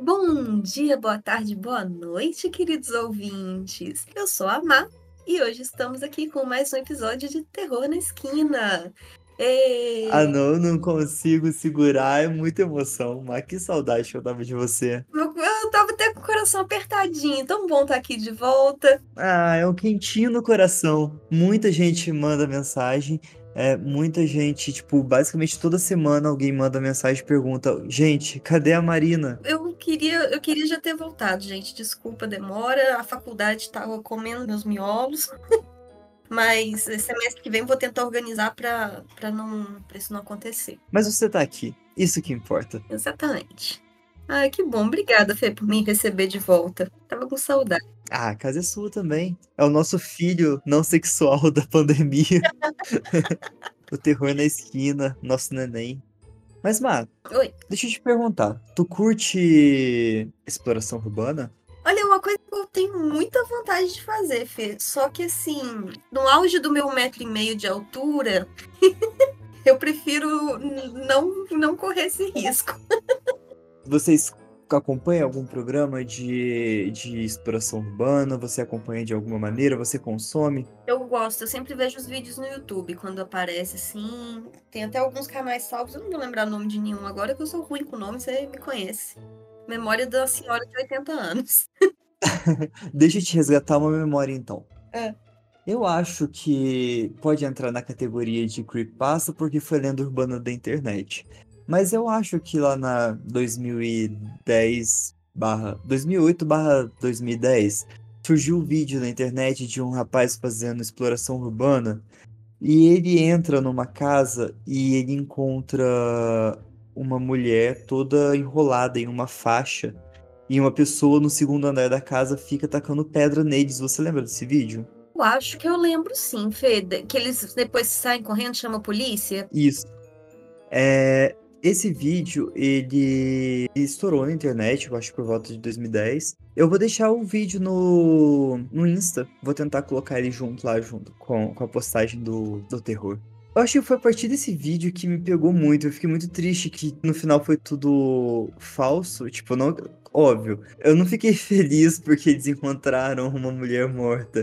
Bom dia, boa tarde, boa noite, queridos ouvintes. Eu sou a Má e hoje estamos aqui com mais um episódio de Terror na Esquina. Ah, E... não consigo segurar, é muita emoção. Mas que saudade que eu tava de você. Eu tava até com o coração apertadinho, tão bom estar aqui de volta. Ah, é um quentinho no coração. Muita gente manda mensagem, muita gente, tipo, basicamente toda semana alguém manda mensagem e pergunta: Gente, cadê a Marina? Eu queria já ter voltado, gente. Desculpa a demora, a faculdade estava comendo meus miolos, mas esse semestre que vem eu vou tentar organizar para isso não acontecer. Mas você tá aqui, isso que importa. Exatamente. Ah, que bom. Obrigada, Fê, por me receber de volta. Tava com saudade. Ah, a casa é sua também. É o nosso filho não sexual da pandemia. O terror na esquina, nosso neném. Mas, Má, Oi. deixa eu te perguntar, tu curte exploração urbana? Olha, uma coisa que eu tenho muita vontade de fazer, Fê. Só que assim, no auge do meu 1,5 m de altura, eu prefiro não correr esse risco. Vocês acompanham algum programa de exploração urbana? Você acompanha de alguma maneira? Você consome? Eu gosto, eu sempre vejo os vídeos no YouTube quando aparece assim. Tem até alguns canais salvos, eu não vou lembrar o nome de nenhum agora, que eu sou ruim com o nome, você me conhece. Memória da senhora de 80 anos. Deixa eu te resgatar uma memória então. É. Eu acho que pode entrar na categoria de creepypasta porque foi lenda urbana da internet. Mas eu acho que lá na 2010 2008 2010 surgiu um vídeo na internet de um rapaz fazendo exploração urbana. E ele entra numa casa e ele encontra uma mulher toda enrolada em uma faixa. E uma pessoa no segundo andar da casa fica tacando pedra neles. Você lembra desse vídeo? Eu acho que eu lembro sim, Fê, que eles depois saem correndo, chamam a polícia. Isso. Esse vídeo, ele estourou na internet, eu acho por volta de 2010. Eu vou deixar o vídeo no Insta. Vou tentar colocar ele junto lá, junto com a postagem do terror. Eu acho que foi a partir desse vídeo que me pegou muito. Eu fiquei muito triste que no final foi tudo falso. Tipo, não. Óbvio. Eu não fiquei feliz porque eles encontraram uma mulher morta.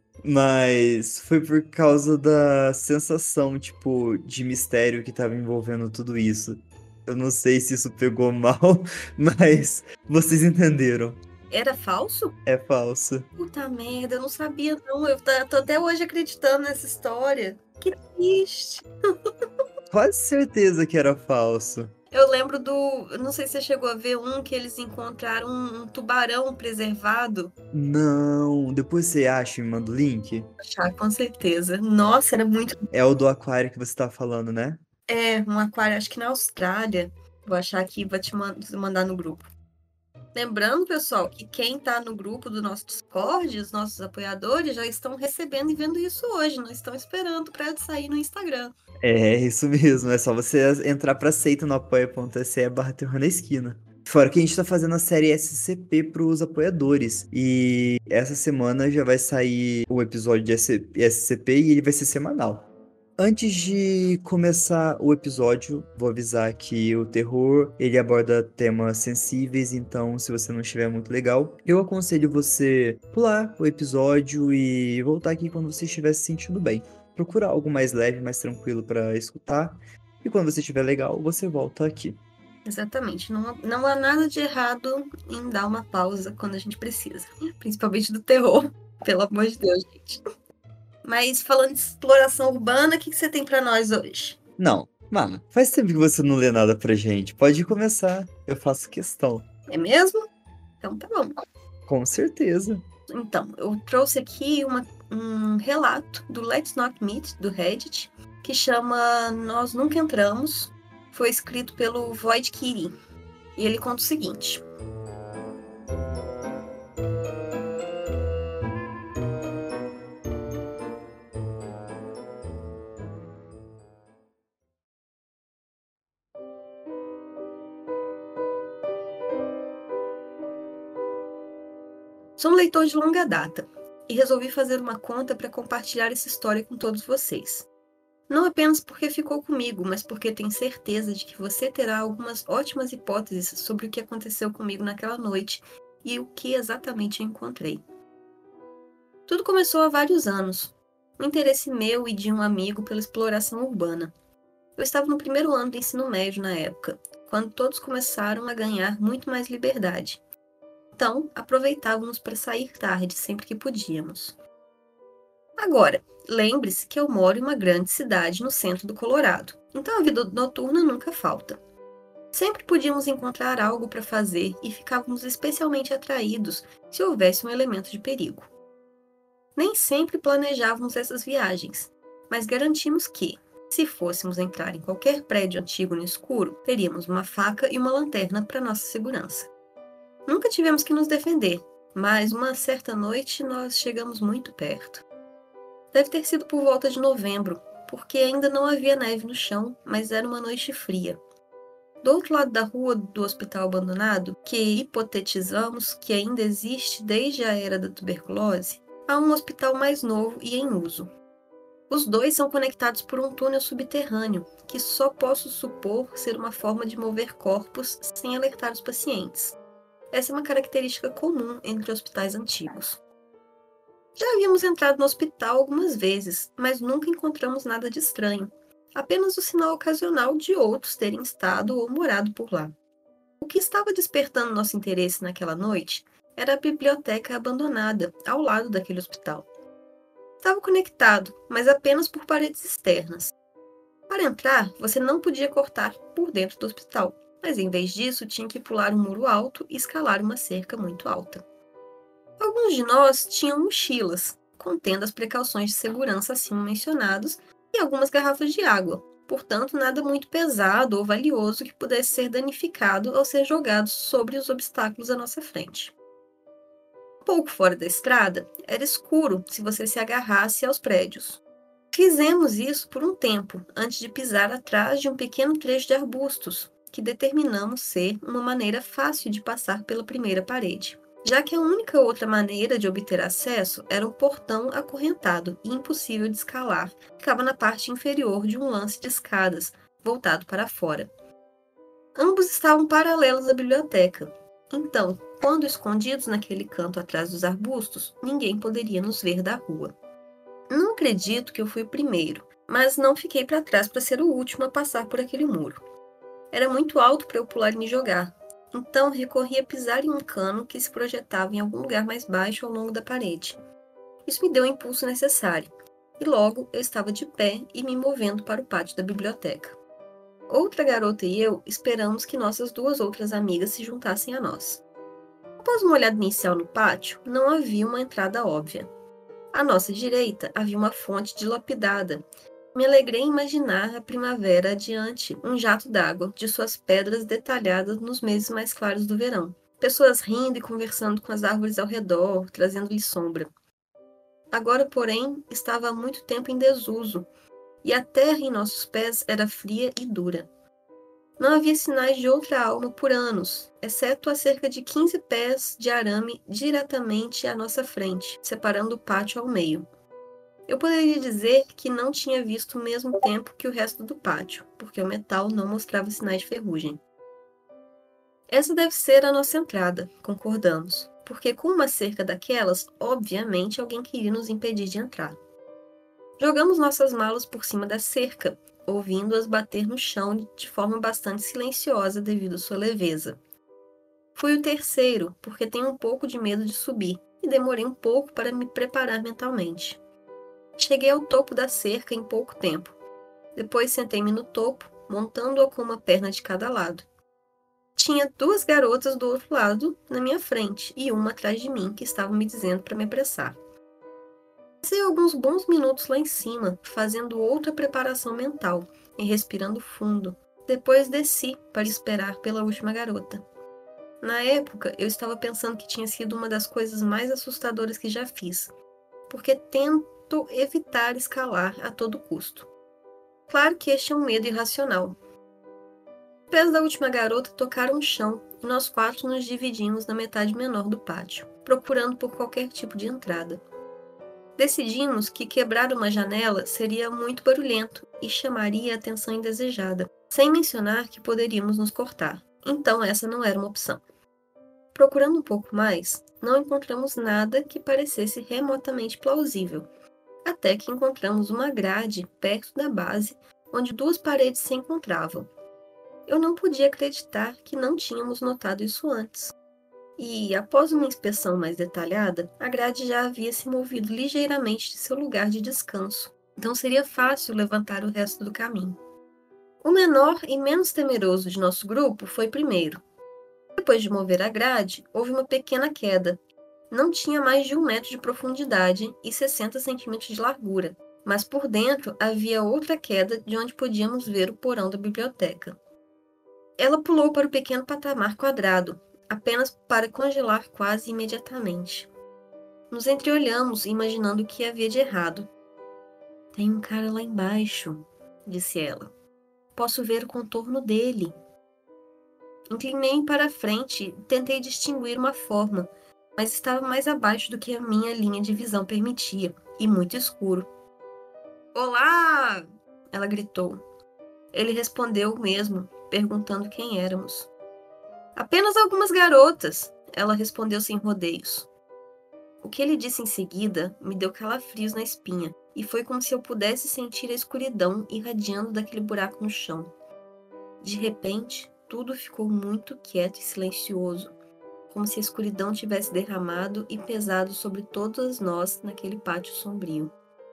Mas foi por causa da sensação, tipo, de mistério que tava envolvendo tudo isso. Eu não sei se isso pegou mal, mas vocês entenderam. Era falso? É falso. Puta merda, eu não sabia não. Tô até hoje acreditando nessa história. Que triste. Quase certeza que era falso. Eu lembro eu não sei se você chegou a ver um que eles encontraram um tubarão preservado. Não, depois você acha e me manda o link. Ah, com certeza. Nossa, era muito. É o do aquário que você tá falando, né? É, um aquário, acho que na Austrália. Vou achar aqui e vou te mandar no grupo. Lembrando, pessoal, que quem está no grupo do nosso Discord, os nossos apoiadores, já estão recebendo e vendo isso hoje, não estão esperando para sair no Instagram. É, isso mesmo. É só você entrar pra seita no apoia.se/terror na esquina. Fora que a gente tá fazendo a série SCP pros apoiadores. E essa semana já vai sair o episódio de SCP e ele vai ser semanal. Antes de começar o episódio, vou avisar que o terror, ele aborda temas sensíveis, então se você não estiver muito legal, eu aconselho você pular o episódio e voltar aqui quando você estiver se sentindo bem. Procura algo mais leve, mais tranquilo para escutar, e quando você estiver legal, você volta aqui. Exatamente. Não há nada de errado em dar uma pausa quando a gente precisa. Principalmente do terror. Pelo amor de Deus, gente. Mas falando de exploração urbana, o que você tem para nós hoje? Não, mano, faz tempo que você não lê nada pra gente. Pode começar, eu faço questão. É mesmo? Então tá bom. Com certeza. Então, eu trouxe aqui um relato do Let's Not Meet, do Reddit, que chama Nós Nunca Entramos. Foi escrito pelo Void Kiri. E ele conta o seguinte. Sou um leitor de longa data e resolvi fazer uma conta para compartilhar essa história com todos vocês. Não apenas porque ficou comigo, mas porque tenho certeza de que você terá algumas ótimas hipóteses sobre o que aconteceu comigo naquela noite e o que exatamente eu encontrei. Tudo começou há vários anos. Um interesse meu e de um amigo pela exploração urbana. Eu estava no primeiro ano do ensino médio na época, quando todos começaram a ganhar muito mais liberdade. Então, aproveitávamos para sair tarde sempre que podíamos. Agora, lembre-se que eu moro em uma grande cidade no centro do Colorado, então a vida noturna nunca falta. Sempre podíamos encontrar algo para fazer e ficávamos especialmente atraídos se houvesse um elemento de perigo. Nem sempre planejávamos essas viagens, mas garantimos que, se fôssemos entrar em qualquer prédio antigo no escuro, teríamos uma faca e uma lanterna para nossa segurança. Nunca tivemos que nos defender, mas uma certa noite nós chegamos muito perto. Deve ter sido por volta de novembro, porque ainda não havia neve no chão, mas era uma noite fria. Do outro lado da rua do hospital abandonado, que hipotetizamos que ainda existe desde a era da tuberculose, há um hospital mais novo e em uso. Os dois são conectados por um túnel subterrâneo, que só posso supor ser uma forma de mover corpos sem alertar os pacientes. Essa é uma característica comum entre hospitais antigos. Já havíamos entrado no hospital algumas vezes, mas nunca encontramos nada de estranho. Apenas o sinal ocasional de outros terem estado ou morado por lá. O que estava despertando nosso interesse naquela noite era a biblioteca abandonada, ao lado daquele hospital. Estava conectado, mas apenas por paredes externas. Para entrar, você não podia cortar por dentro do hospital, mas em vez disso tinha que pular um muro alto e escalar uma cerca muito alta. Alguns de nós tinham mochilas, contendo as precauções de segurança acima mencionados, e algumas garrafas de água, portanto nada muito pesado ou valioso que pudesse ser danificado ao ser jogado sobre os obstáculos à nossa frente. Um pouco fora da estrada, era escuro se você se agarrasse aos prédios. Fizemos isso por um tempo, antes de pisar atrás de um pequeno trecho de arbustos, que determinamos ser uma maneira fácil de passar pela primeira parede, já que a única outra maneira de obter acesso era um portão acorrentado e impossível de escalar, que ficava na parte inferior de um lance de escadas, voltado para fora. Ambos estavam paralelos à biblioteca, então, quando escondidos naquele canto atrás dos arbustos, ninguém poderia nos ver da rua. Não acredito que eu fui o primeiro, mas não fiquei para trás para ser o último a passar por aquele muro. Era muito alto para eu pular e me jogar, então recorri a pisar em um cano que se projetava em algum lugar mais baixo ao longo da parede. Isso me deu o impulso necessário, e logo eu estava de pé e me movendo para o pátio da biblioteca. Outra garota e eu esperamos que nossas duas outras amigas se juntassem a nós. Após uma olhada inicial no pátio, não havia uma entrada óbvia. À nossa direita havia uma fonte dilapidada. Me alegrei em imaginar a primavera adiante, um jato d'água, de suas pedras detalhadas nos meses mais claros do verão. Pessoas rindo e conversando com as árvores ao redor, trazendo-lhe sombra. Agora, porém, estava há muito tempo em desuso, e a terra em nossos pés era fria e dura. Não havia sinais de outra alma por anos, exceto a cerca de 15 pés de arame diretamente à nossa frente, separando o pátio ao meio. Eu poderia dizer que não tinha visto o mesmo tempo que o resto do pátio, porque o metal não mostrava sinais de ferrugem. Essa deve ser a nossa entrada, concordamos, porque com uma cerca daquelas, obviamente alguém queria nos impedir de entrar. Jogamos nossas malas por cima da cerca, ouvindo-as bater no chão de forma bastante silenciosa devido à sua leveza. Fui o terceiro, porque tenho um pouco de medo de subir, e demorei um pouco para me preparar mentalmente. Cheguei ao topo da cerca em pouco tempo. Depois sentei-me no topo, montando-a com uma perna de cada lado. Tinha duas garotas do outro lado, na minha frente, e uma atrás de mim, que estavam me dizendo para me apressar. Passei alguns bons minutos lá em cima, fazendo outra preparação mental e respirando fundo. Depois desci para esperar pela última garota. Na época, eu estava pensando que tinha sido uma das coisas mais assustadoras que já fiz, porque tento evitar escalar a todo custo. Claro que este é um medo irracional. Os pés da última garota tocaram o chão e nós quatro nos dividimos na metade menor do pátio, procurando por qualquer tipo de entrada. Decidimos que quebrar uma janela seria muito barulhento e chamaria a atenção indesejada, sem mencionar que poderíamos nos cortar. Então essa não era uma opção. Procurando um pouco mais, não encontramos nada que parecesse remotamente plausível, até que encontramos uma grade perto da base, onde duas paredes se encontravam. Eu não podia acreditar que não tínhamos notado isso antes. E, após uma inspeção mais detalhada, a grade já havia se movido ligeiramente de seu lugar de descanso, então seria fácil levantar o resto do caminho. O menor e menos temeroso de nosso grupo foi primeiro. Depois de mover a grade, houve uma pequena queda. Não tinha mais de 1 metro de profundidade e 60 centímetros de largura, mas por dentro havia outra queda de onde podíamos ver o porão da biblioteca. Ela pulou para o pequeno patamar quadrado, apenas para congelar quase imediatamente. Nos entreolhamos, imaginando o que havia de errado. Tem um cara lá embaixo, disse ela. Posso ver o contorno dele. Inclinei para a frente e tentei distinguir uma forma, mas estava mais abaixo do que a minha linha de visão permitia, e muito escuro. Olá! Ela gritou. Ele respondeu o mesmo, perguntando quem éramos. Apenas algumas garotas, ela respondeu sem rodeios. O que ele disse em seguida me deu calafrios na espinha, e foi como se eu pudesse sentir a escuridão irradiando daquele buraco no chão. De repente, tudo ficou muito quieto e silencioso, como se a escuridão tivesse derramado e pesado sobre todas nós naquele pátio sombrio.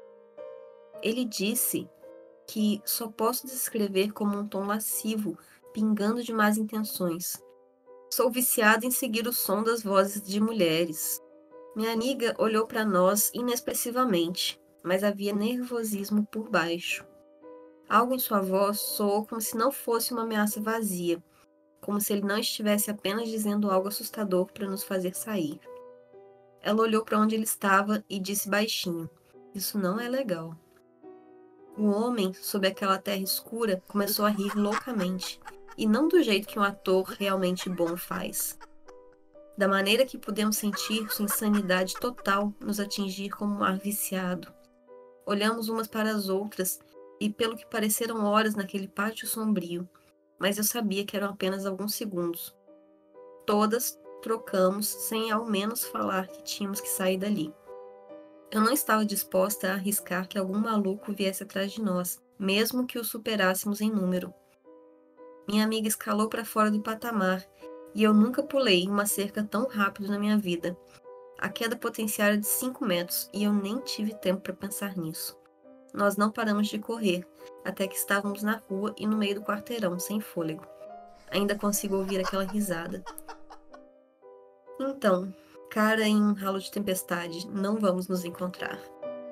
Ele disse que só posso descrever como um tom lascivo, pingando de más intenções. Sou viciado em seguir o som das vozes de mulheres. Minha amiga olhou para nós inexpressivamente, mas havia nervosismo por baixo. Algo em sua voz soou como se não fosse uma ameaça vazia, como se ele não estivesse apenas dizendo algo assustador para nos fazer sair. Ela olhou para onde ele estava e disse baixinho: "Isso não é legal." O homem, sob aquela terra escura, começou a rir loucamente, e não do jeito que um ator realmente bom faz. Da maneira que podemos sentir sua insanidade total nos atingir como um ar viciado. Olhamos umas para as outras, e pelo que pareceram horas naquele pátio sombrio, mas eu sabia que eram apenas alguns segundos. Todas trocamos sem ao menos falar que tínhamos que sair dali. Eu não estava disposta a arriscar que algum maluco viesse atrás de nós, mesmo que o superássemos em número. Minha amiga escalou para fora do patamar, e eu nunca pulei uma cerca tão rápido na minha vida. A queda potencial era de 5 metros, e eu nem tive tempo para pensar nisso. Nós não paramos de correr, até que estávamos na rua e no meio do quarteirão, sem fôlego. Ainda consigo ouvir aquela risada. Então, cara em um ralo de tempestade, não vamos nos encontrar.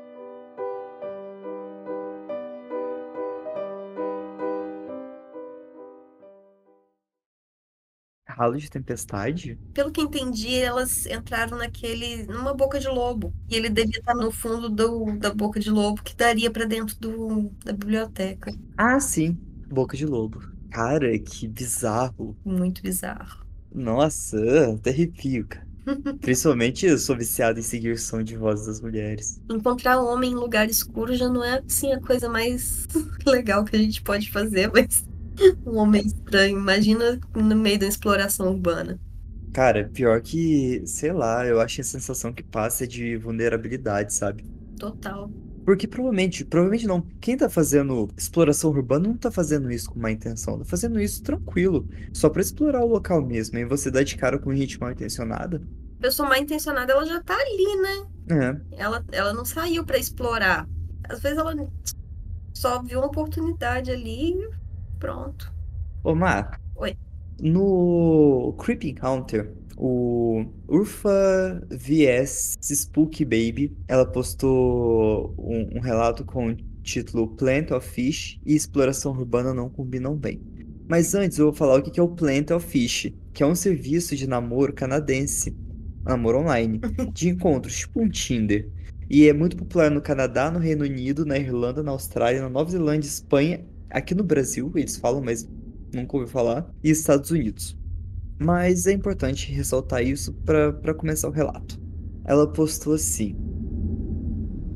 Ralo de tempestade? Pelo que entendi, elas entraram numa boca de lobo. E ele devia estar no fundo da boca de lobo, que daria pra dentro da biblioteca. Ah, sim. Boca de lobo. Cara, que bizarro. Muito bizarro. Nossa, até arrepio, cara. Principalmente eu sou viciado em seguir som de vozes das mulheres. Encontrar um homem em lugar escuro já não é, assim, a coisa mais legal que a gente pode fazer, mas um homem estranho, imagina no meio da exploração urbana. Cara, pior que, sei lá, eu acho que a sensação que passa é de vulnerabilidade, sabe? Total. Porque provavelmente não, quem tá fazendo exploração urbana não tá fazendo isso com má intenção, tá fazendo isso tranquilo, só pra explorar o local mesmo, e você dá de cara com gente mal intencionada. A pessoa mal intencionada, ela já tá ali, né? É. Ela não saiu pra explorar. Às vezes ela só viu uma oportunidade ali e pronto. Ô, Mar, Oi. no Creepy Encounter, o Urfa VS Spooky Baby, ela postou um relato com o título Plant of Fish e exploração urbana não combinam bem. Mas antes eu vou falar o que é o Plant of Fish, que é um serviço de namoro canadense, namoro online, de encontros, tipo um Tinder. E é muito popular no Canadá, no Reino Unido, na Irlanda, na Austrália, na Nova Zelândia, Espanha, aqui no Brasil, eles falam, mas nunca ouvi falar, e Estados Unidos. Mas é importante ressaltar isso para começar o relato. Ela postou assim: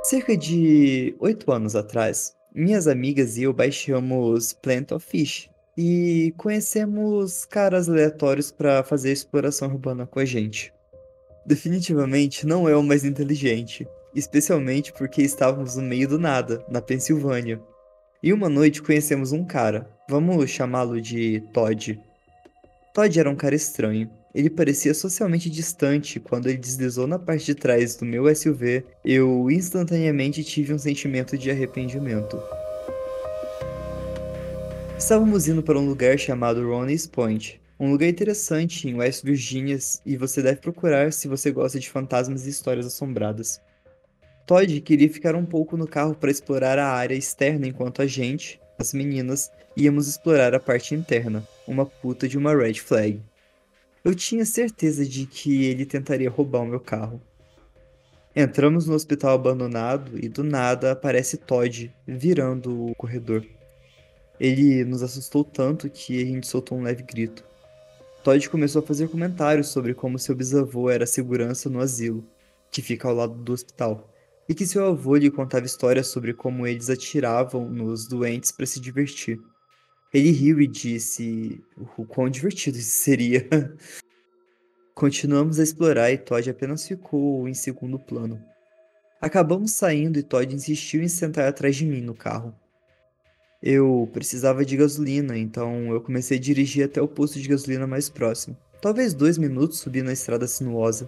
Cerca de 8 anos atrás, minhas amigas e eu baixamos Plenty of Fish e conhecemos caras aleatórios para fazer exploração urbana com a gente. Definitivamente não é o mais inteligente, especialmente porque estávamos no meio do nada, na Pensilvânia. E uma noite conhecemos um cara, vamos chamá-lo de Todd. Todd era um cara estranho. Ele parecia socialmente distante. Quando ele deslizou na parte de trás do meu SUV, eu instantaneamente tive um sentimento de arrependimento. Estávamos indo para um lugar chamado Ronnie's Point, um lugar interessante em West Virginia, e você deve procurar se você gosta de fantasmas e histórias assombradas. Todd queria ficar um pouco no carro para explorar a área externa enquanto a gente, as meninas, íamos explorar a parte interna, uma puta de uma red flag. Eu tinha certeza de que ele tentaria roubar o meu carro. Entramos no hospital abandonado e do nada aparece Todd virando o corredor. Ele nos assustou tanto que a gente soltou um leve grito. Todd começou a fazer comentários sobre como seu bisavô era segurança no asilo, que fica ao lado do hospital, e que seu avô lhe contava histórias sobre como eles atiravam nos doentes para se divertir. Ele riu e disse o quão divertido isso seria. Continuamos a explorar e Todd apenas ficou em segundo plano. Acabamos saindo e Todd insistiu em sentar atrás de mim no carro. Eu precisava de gasolina, então eu comecei a dirigir até o posto de gasolina mais próximo. Talvez 2 minutos subindo a estrada sinuosa.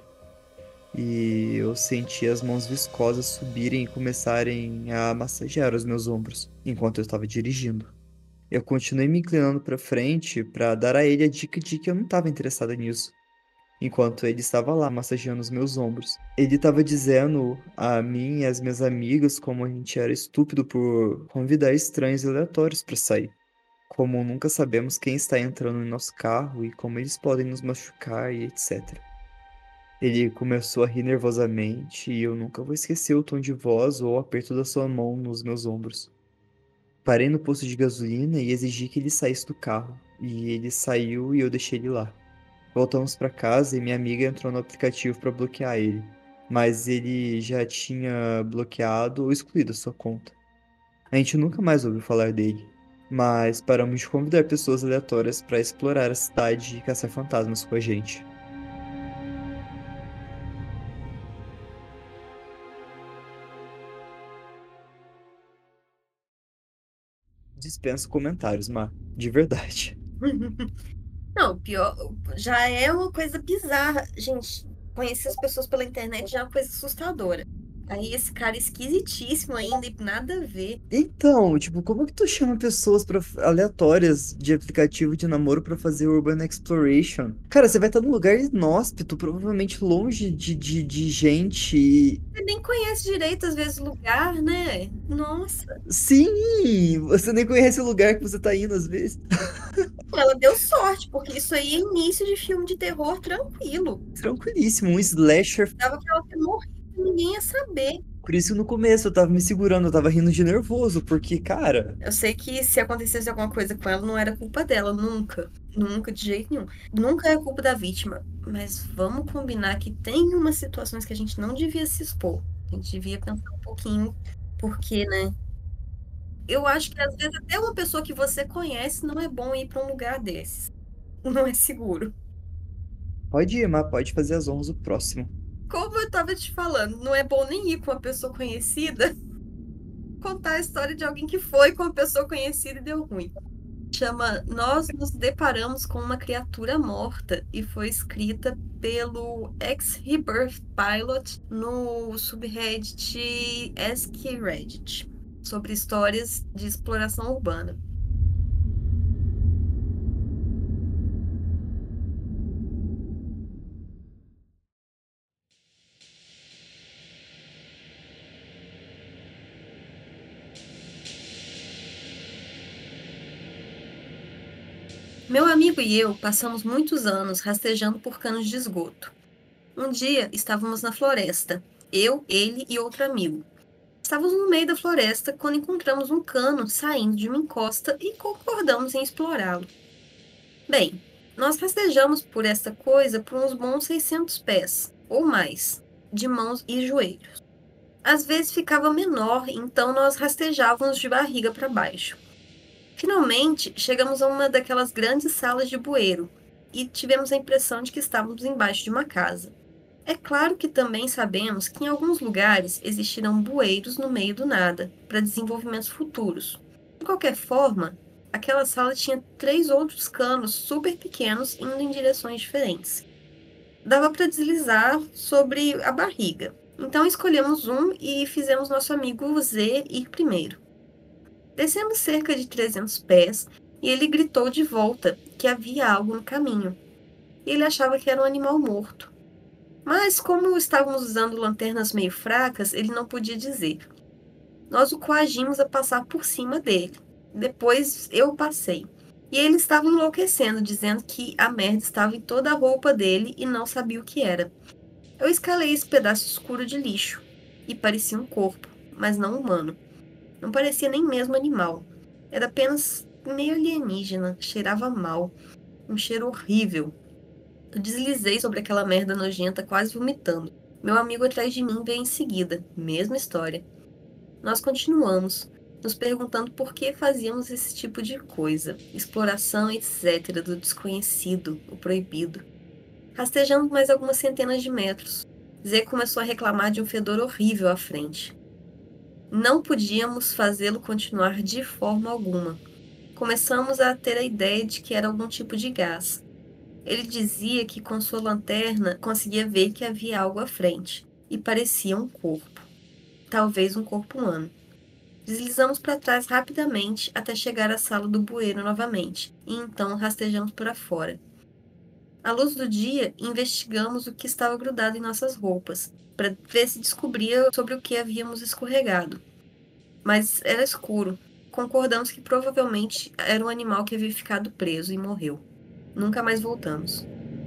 E eu senti as mãos viscosas subirem e começarem a massagear os meus ombros, enquanto eu estava dirigindo. Eu continuei me inclinando para frente para dar a ele a dica de que eu não estava interessada nisso, enquanto ele estava lá massageando os meus ombros. Ele estava dizendo a mim e às minhas amigas como a gente era estúpido por convidar estranhos aleatórios para sair. Como nunca sabemos quem está entrando em nosso carro e como eles podem nos machucar e etc. Ele começou a rir nervosamente e eu nunca vou esquecer o tom de voz ou o aperto da sua mão nos meus ombros. Parei no posto de gasolina e exigi que ele saísse do carro, e ele saiu e eu deixei ele lá. Voltamos para casa e minha amiga entrou no aplicativo para bloquear ele, mas ele já tinha bloqueado ou excluído a sua conta. A gente nunca mais ouviu falar dele, mas paramos de convidar pessoas aleatórias para explorar a cidade e caçar fantasmas com a gente. Dispenso comentários, Mar, de verdade. Não, pior, já é uma coisa bizarra. Gente, conhecer as pessoas pela internet já é uma coisa assustadora. Aí esse cara esquisitíssimo ainda e nada a ver. Então, tipo, como que tu chama pessoas aleatórias de aplicativo de namoro pra fazer Urban Exploration? Cara, você vai estar num lugar inóspito, provavelmente longe de gente. Você nem conhece direito, às vezes, o lugar, né? Nossa, Sim, você nem conhece o lugar que você tá indo às vezes. ela deu sorte, porque isso aí é início de filme de terror tranquilo. Tranquilíssimo, um slasher. Dava pra ela ter morrido, ninguém ia saber. Por isso no começo eu tava me segurando, eu tava rindo de nervoso, porque, cara, Eu sei que se acontecesse alguma coisa com ela, não era culpa dela, nunca. Nunca, de jeito nenhum. Nunca é culpa da vítima. Mas vamos combinar que tem umas situações que a gente não devia se expor. A gente devia pensar um pouquinho, porque, né? Eu acho que às vezes até uma pessoa que você conhece não é bom ir para um lugar desses. Não é seguro. pode ir, mas pode fazer as honras o próximo. Como eu tava te falando, não é bom nem ir com uma pessoa conhecida, contar a história de alguém que foi com uma pessoa conhecida e deu ruim. Chama Nós Nos Deparamos com uma Criatura Morta e foi escrita pelo ex-Rebirth Pilot no subreddit Ask Reddit, sobre histórias de exploração urbana. Meu amigo e eu passamos muitos anos rastejando por canos de esgoto. Um dia estávamos na floresta, eu, ele e outro amigo. Estávamos no meio da floresta quando encontramos um cano saindo de uma encosta e concordamos em explorá-lo. Bem, nós rastejamos por esta coisa por uns bons 600 pés, ou mais, de mãos e joelhos. Às vezes ficava menor, então nós rastejávamos de barriga para baixo. Finalmente, chegamos a uma daquelas grandes salas de bueiro e tivemos a impressão de que estávamos embaixo de uma casa. É claro que também sabemos que em alguns lugares existirão bueiros no meio do nada, para desenvolvimentos futuros. De qualquer forma, aquela sala tinha 3 outros canos super pequenos indo em direções diferentes. Dava para deslizar sobre a barriga. Então escolhemos um e fizemos nosso amigo Z ir primeiro. Descemos cerca de 300 pés e ele gritou de volta que havia algo no caminho. E ele achava que era um animal morto. Mas, como estávamos usando lanternas meio fracas, ele não podia dizer. Nós o coagimos a passar por cima dele. Depois eu passei. E ele estava enlouquecendo, dizendo que a merda estava em toda a roupa dele e não sabia o que era. Eu escalei esse pedaço escuro de lixo. E parecia um corpo, mas não humano. Não parecia nem mesmo animal. Era apenas meio alienígena, cheirava mal. Um cheiro horrível. Eu deslizei sobre aquela merda nojenta, quase vomitando. Meu amigo atrás de mim veio em seguida. Mesma história. Nós continuamos, nos perguntando por que fazíamos esse tipo de coisa. Exploração, etc., do desconhecido, o proibido. Rastejamos mais algumas centenas de metros. Zé começou a reclamar de um fedor horrível à frente. Não podíamos fazê-lo continuar de forma alguma. Começamos a ter a ideia de que era algum tipo de gás. Ele dizia que com sua lanterna conseguia ver que havia algo à frente, e parecia um corpo. Talvez um corpo humano. Deslizamos para trás rapidamente até chegar à sala do bueiro novamente, e então rastejamos para fora. À luz do dia, investigamos o que estava grudado em nossas roupas, para ver se descobria sobre o que havíamos escorregado. Mas era escuro. Concordamos que provavelmente era um animal que havia ficado preso e morreu. Nunca mais voltamos.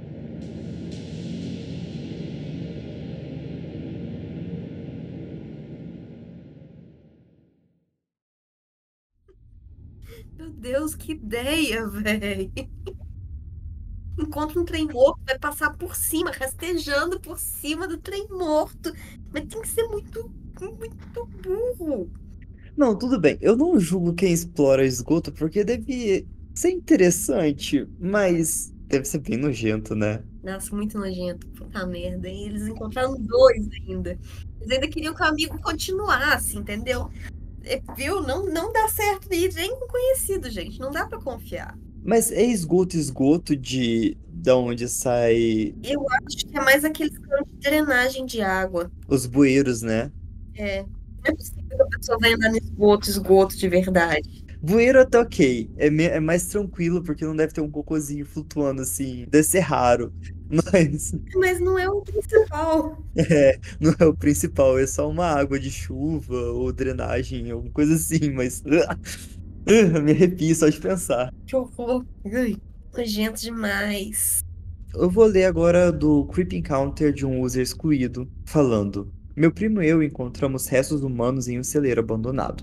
Meu Deus, que ideia, velho! Encontra um trem morto, vai passar por cima, rastejando por cima do trem morto. Mas tem que ser muito, muito burro. Não, tudo bem. Eu não julgo quem explora esgoto porque deve ser interessante, mas deve ser bem nojento, né? Nossa, muito nojento. Puta merda. E eles encontraram 2 ainda. Eles ainda queriam que o amigo continuasse, entendeu? Viu? Não, não dá certo ir nem com conhecido, gente. Não dá pra confiar. Mas é esgoto de da onde sai Eu acho que é mais aqueles canos de drenagem de água. os bueiros, né? É. Não é possível que a pessoa vai andar no esgoto, esgoto de verdade. Bueiro até ok. É mais tranquilo porque não deve ter um cocôzinho flutuando assim. Deve ser raro. Mas Mas não é o principal. não é o principal, é só uma água de chuva ou drenagem, alguma coisa assim, mas me arrepio só de pensar. Que horror. Ui, nojento demais. Eu vou ler agora do Creep Encounter de um user excluído, falando: Meu primo e eu encontramos restos humanos em um celeiro abandonado.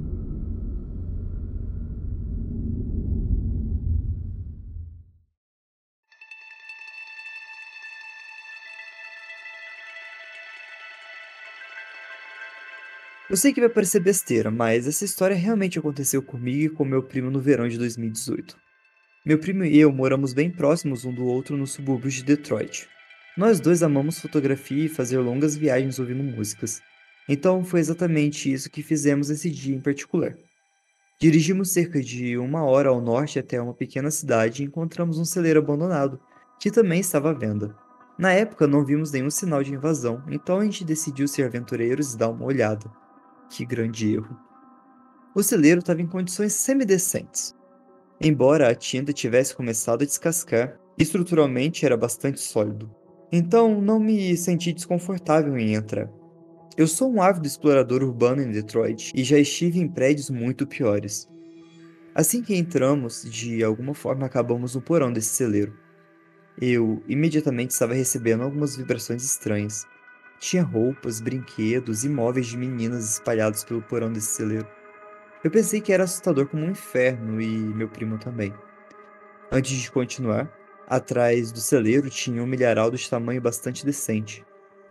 Eu sei que vai parecer besteira, mas essa história realmente aconteceu comigo e com meu primo no verão de 2018. Meu primo e eu moramos bem próximos um do outro nos subúrbios de Detroit. Nós dois amamos fotografia e fazer longas viagens ouvindo músicas. Então foi exatamente isso que fizemos esse dia em particular. Dirigimos cerca de 1 hora ao norte até uma pequena cidade e encontramos um celeiro abandonado, que também estava à venda. Na época não vimos nenhum sinal de invasão, então a gente decidiu ser aventureiros e dar uma olhada. Que grande erro. O celeiro estava em condições semidecentes. Embora a tinta tivesse começado a descascar, estruturalmente era bastante sólido. Então não me senti desconfortável em entrar. Eu sou um ávido explorador urbano em Detroit e já estive em prédios muito piores. Assim que entramos, de alguma forma acabamos no porão desse celeiro. Eu imediatamente estava recebendo algumas vibrações estranhas. Tinha roupas, brinquedos e móveis de meninas espalhados pelo porão desse celeiro. Eu pensei que era assustador como um inferno e meu primo também. Antes de continuar, atrás do celeiro tinha um milharal de tamanho bastante decente.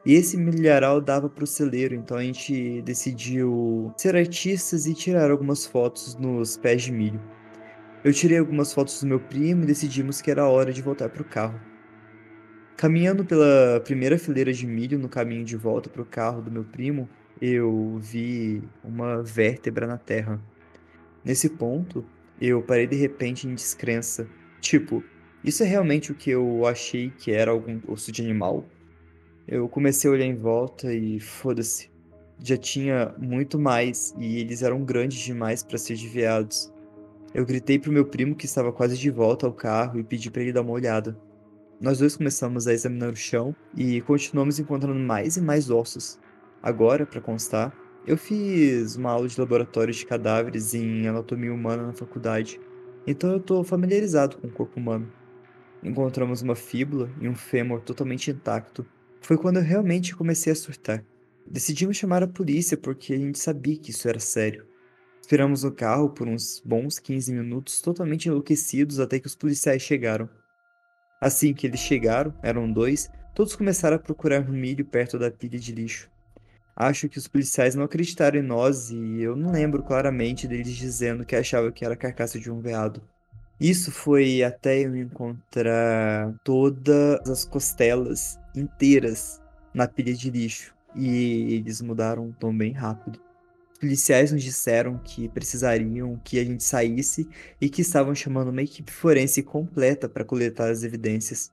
E esse milharal dava pro celeiro, então a gente decidiu ser artistas e tirar algumas fotos nos pés de milho. Eu tirei algumas fotos do meu primo e decidimos que era hora de voltar pro carro. Caminhando pela primeira fileira de milho no caminho de volta pro carro do meu primo, eu vi uma vértebra na terra. Nesse ponto, eu parei de repente em descrença. Tipo, isso é realmente o que eu achei que era algum osso de animal? Eu comecei a olhar em volta e foda-se. Já tinha muito mais e eles eram grandes demais para ser desviados. Eu gritei pro meu primo que estava quase de volta ao carro e pedi para ele dar uma olhada. Nós dois começamos a examinar o chão e continuamos encontrando mais e mais ossos. Agora, para constar, eu fiz uma aula de laboratório de cadáveres em anatomia humana na faculdade, então eu estou familiarizado com o corpo humano. Encontramos uma fíbula e um fêmur totalmente intacto. Foi quando eu realmente comecei a surtar. Decidimos chamar a polícia porque a gente sabia que isso era sério. Esperamos no carro por uns bons 15 minutos, totalmente enlouquecidos, até que os policiais chegaram. Assim que eles chegaram, eram dois, todos começaram a procurar no milho perto da pilha de lixo. Acho que os policiais não acreditaram em nós e eu não lembro claramente deles dizendo que achavam que era a carcaça de um veado. Isso foi até eu encontrar todas as costelas inteiras na pilha de lixo. E eles mudaram um tom bem rápido. Os policiais nos disseram que precisariam que a gente saísse e que estavam chamando uma equipe forense completa para coletar as evidências.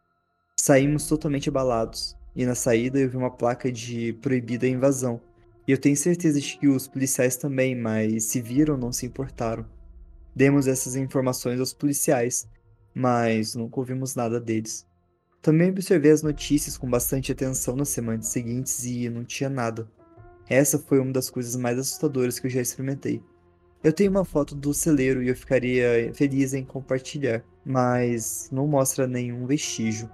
Saímos totalmente abalados, e na saída eu vi uma placa de proibida a invasão. E eu tenho certeza de que os policiais também, mas se viram, não se importaram. Demos essas informações aos policiais, mas nunca ouvimos nada deles. Também observei as notícias com bastante atenção nas semanas seguintes e não tinha nada. Essa foi uma das coisas mais assustadoras que eu já experimentei. Eu tenho uma foto do celeiro e eu ficaria feliz em compartilhar, mas não mostra nenhum vestígio.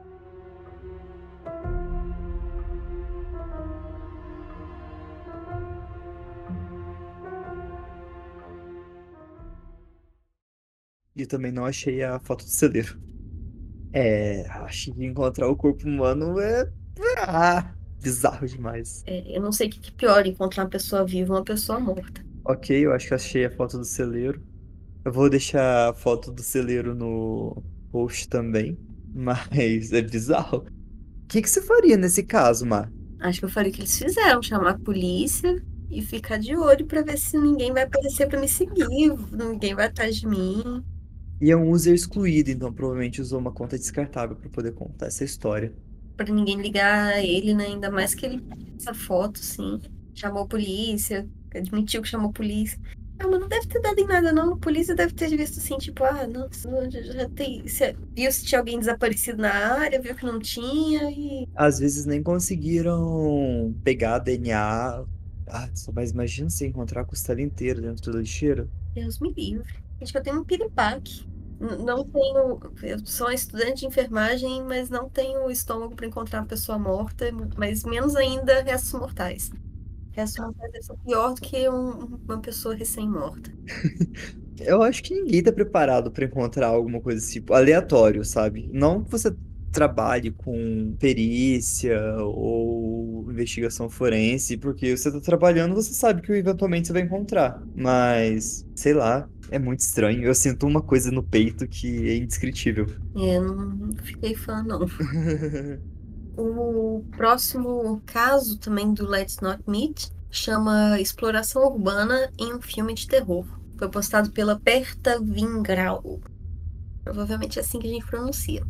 E também não achei a foto do celeiro. Acho que encontrar o corpo humano é. Bizarro demais. Eu não sei o que que é pior, encontrar uma pessoa viva ou uma pessoa morta. Ok, eu acho que achei a foto do celeiro. Eu vou deixar a foto do celeiro no post também, mas é bizarro. O que você faria nesse caso, Mar? Acho que eu falei o que eles fizeram, chamar a polícia e ficar de olho pra ver se ninguém vai aparecer pra me seguir, ninguém vai atrás de mim, E é um user excluído, então provavelmente usou uma conta descartável para poder contar essa história. pra ninguém ligar a ele, né? Ainda mais que ele essa foto, sim. Chamou a polícia, admitiu que chamou a polícia. Ah, mas não deve ter dado em nada, não. A polícia deve ter visto assim, tipo, ah, não, já tem. Viu se tinha alguém desaparecido na área, viu que não tinha e. Às vezes nem conseguiram pegar DNA. Só mais imagina você encontrar a costela inteira dentro da lixeira. Deus me livre. Acho que eu tenho um piripaque. Não tenho. Eu sou uma estudante de enfermagem, mas não tenho estômago para encontrar uma pessoa morta, mas menos ainda restos mortais. Restos mortais são pior do que uma pessoa recém-morta. Eu acho que ninguém tá preparado pra encontrar alguma coisa desse tipo, aleatório, sabe? Não que você trabalhe com perícia ou investigação forense, porque você tá trabalhando, você sabe que eventualmente você vai encontrar. Mas, sei lá, é muito estranho. Eu sinto uma coisa no peito que é indescritível. Não fiquei fã, não. O próximo caso também do Let's Not Meet chama Exploração Urbana em um filme de terror. Foi postado pela Berta Vingral. Provavelmente é assim que a gente pronuncia.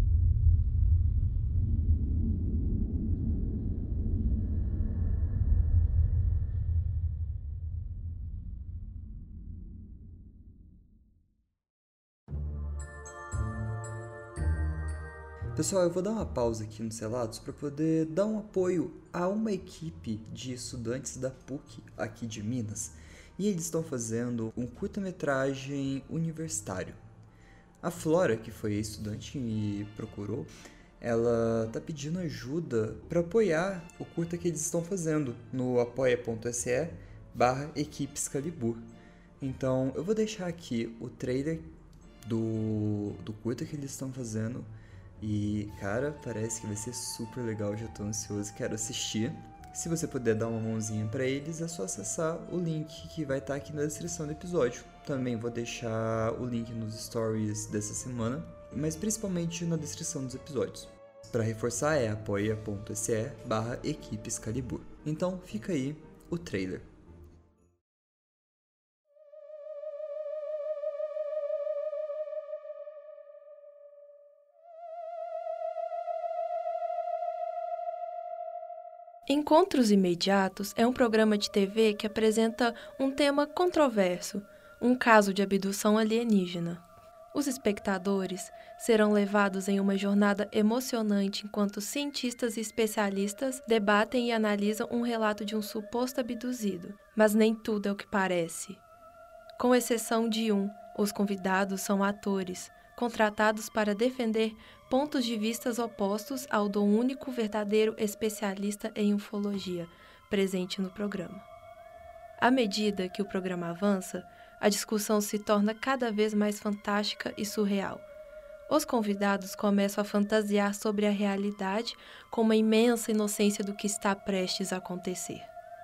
Pessoal, eu vou dar uma pausa aqui no Selados para poder dar um apoio a uma equipe de estudantes da PUC aqui de Minas. E eles estão fazendo um curta-metragem universitário. A Flora, que foi a estudante que me procurou, ela tá pedindo ajuda para apoiar o curta que eles estão fazendo no apoia.se/equipe Excalibur. Então, eu vou deixar aqui o trailer do curta que eles estão fazendo E, cara, parece que vai ser super legal, já tô ansioso, quero assistir. Se você puder dar uma mãozinha pra eles, é só acessar o link que vai estar aqui na descrição do episódio. Também vou deixar o link nos stories dessa semana, mas principalmente na descrição dos episódios. Para reforçar é apoia.se/equipe Excalibur. Então fica aí o trailer. Encontros Imediatos é um programa de TV que apresenta um tema controverso, um caso de abdução alienígena. Os espectadores serão levados em uma jornada emocionante enquanto cientistas e especialistas debatem e analisam um relato de um suposto abduzido. Mas nem tudo é o que parece. Com exceção de os convidados são atores, contratados para defender pontos de vistas opostos ao do único verdadeiro especialista em ufologia presente no programa. À medida que o programa avança, a discussão se torna cada vez mais fantástica e surreal. Os convidados começam a fantasiar sobre a realidade com uma imensa inocência do que está prestes a acontecer.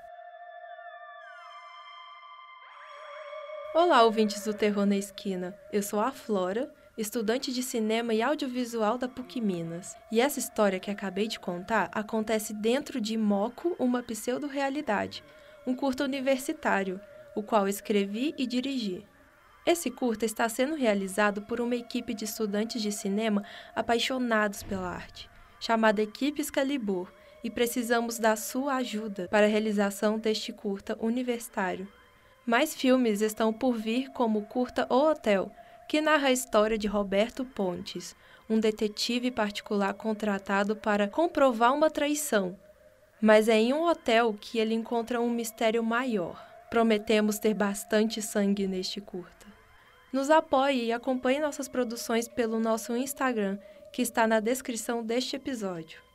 Olá, ouvintes do Terror na Esquina. Eu sou a Flora, estudante de cinema e audiovisual da PUC Minas. E essa história que acabei de contar acontece dentro de Moco, uma pseudo-realidade, um curta universitário, o qual escrevi e dirigi. Esse curta está sendo realizado por uma equipe de estudantes de cinema apaixonados pela arte, chamada Equipe Excalibur, e precisamos da sua ajuda para a realização deste curta universitário. Mais filmes estão por vir, como o curta O Hotel, que narra a história de Roberto Pontes, um detetive particular contratado para comprovar uma traição. Mas é em um hotel que ele encontra um mistério maior. Prometemos ter bastante sangue neste curta. Nos apoie e acompanhe nossas produções pelo nosso Instagram, que está na descrição deste episódio.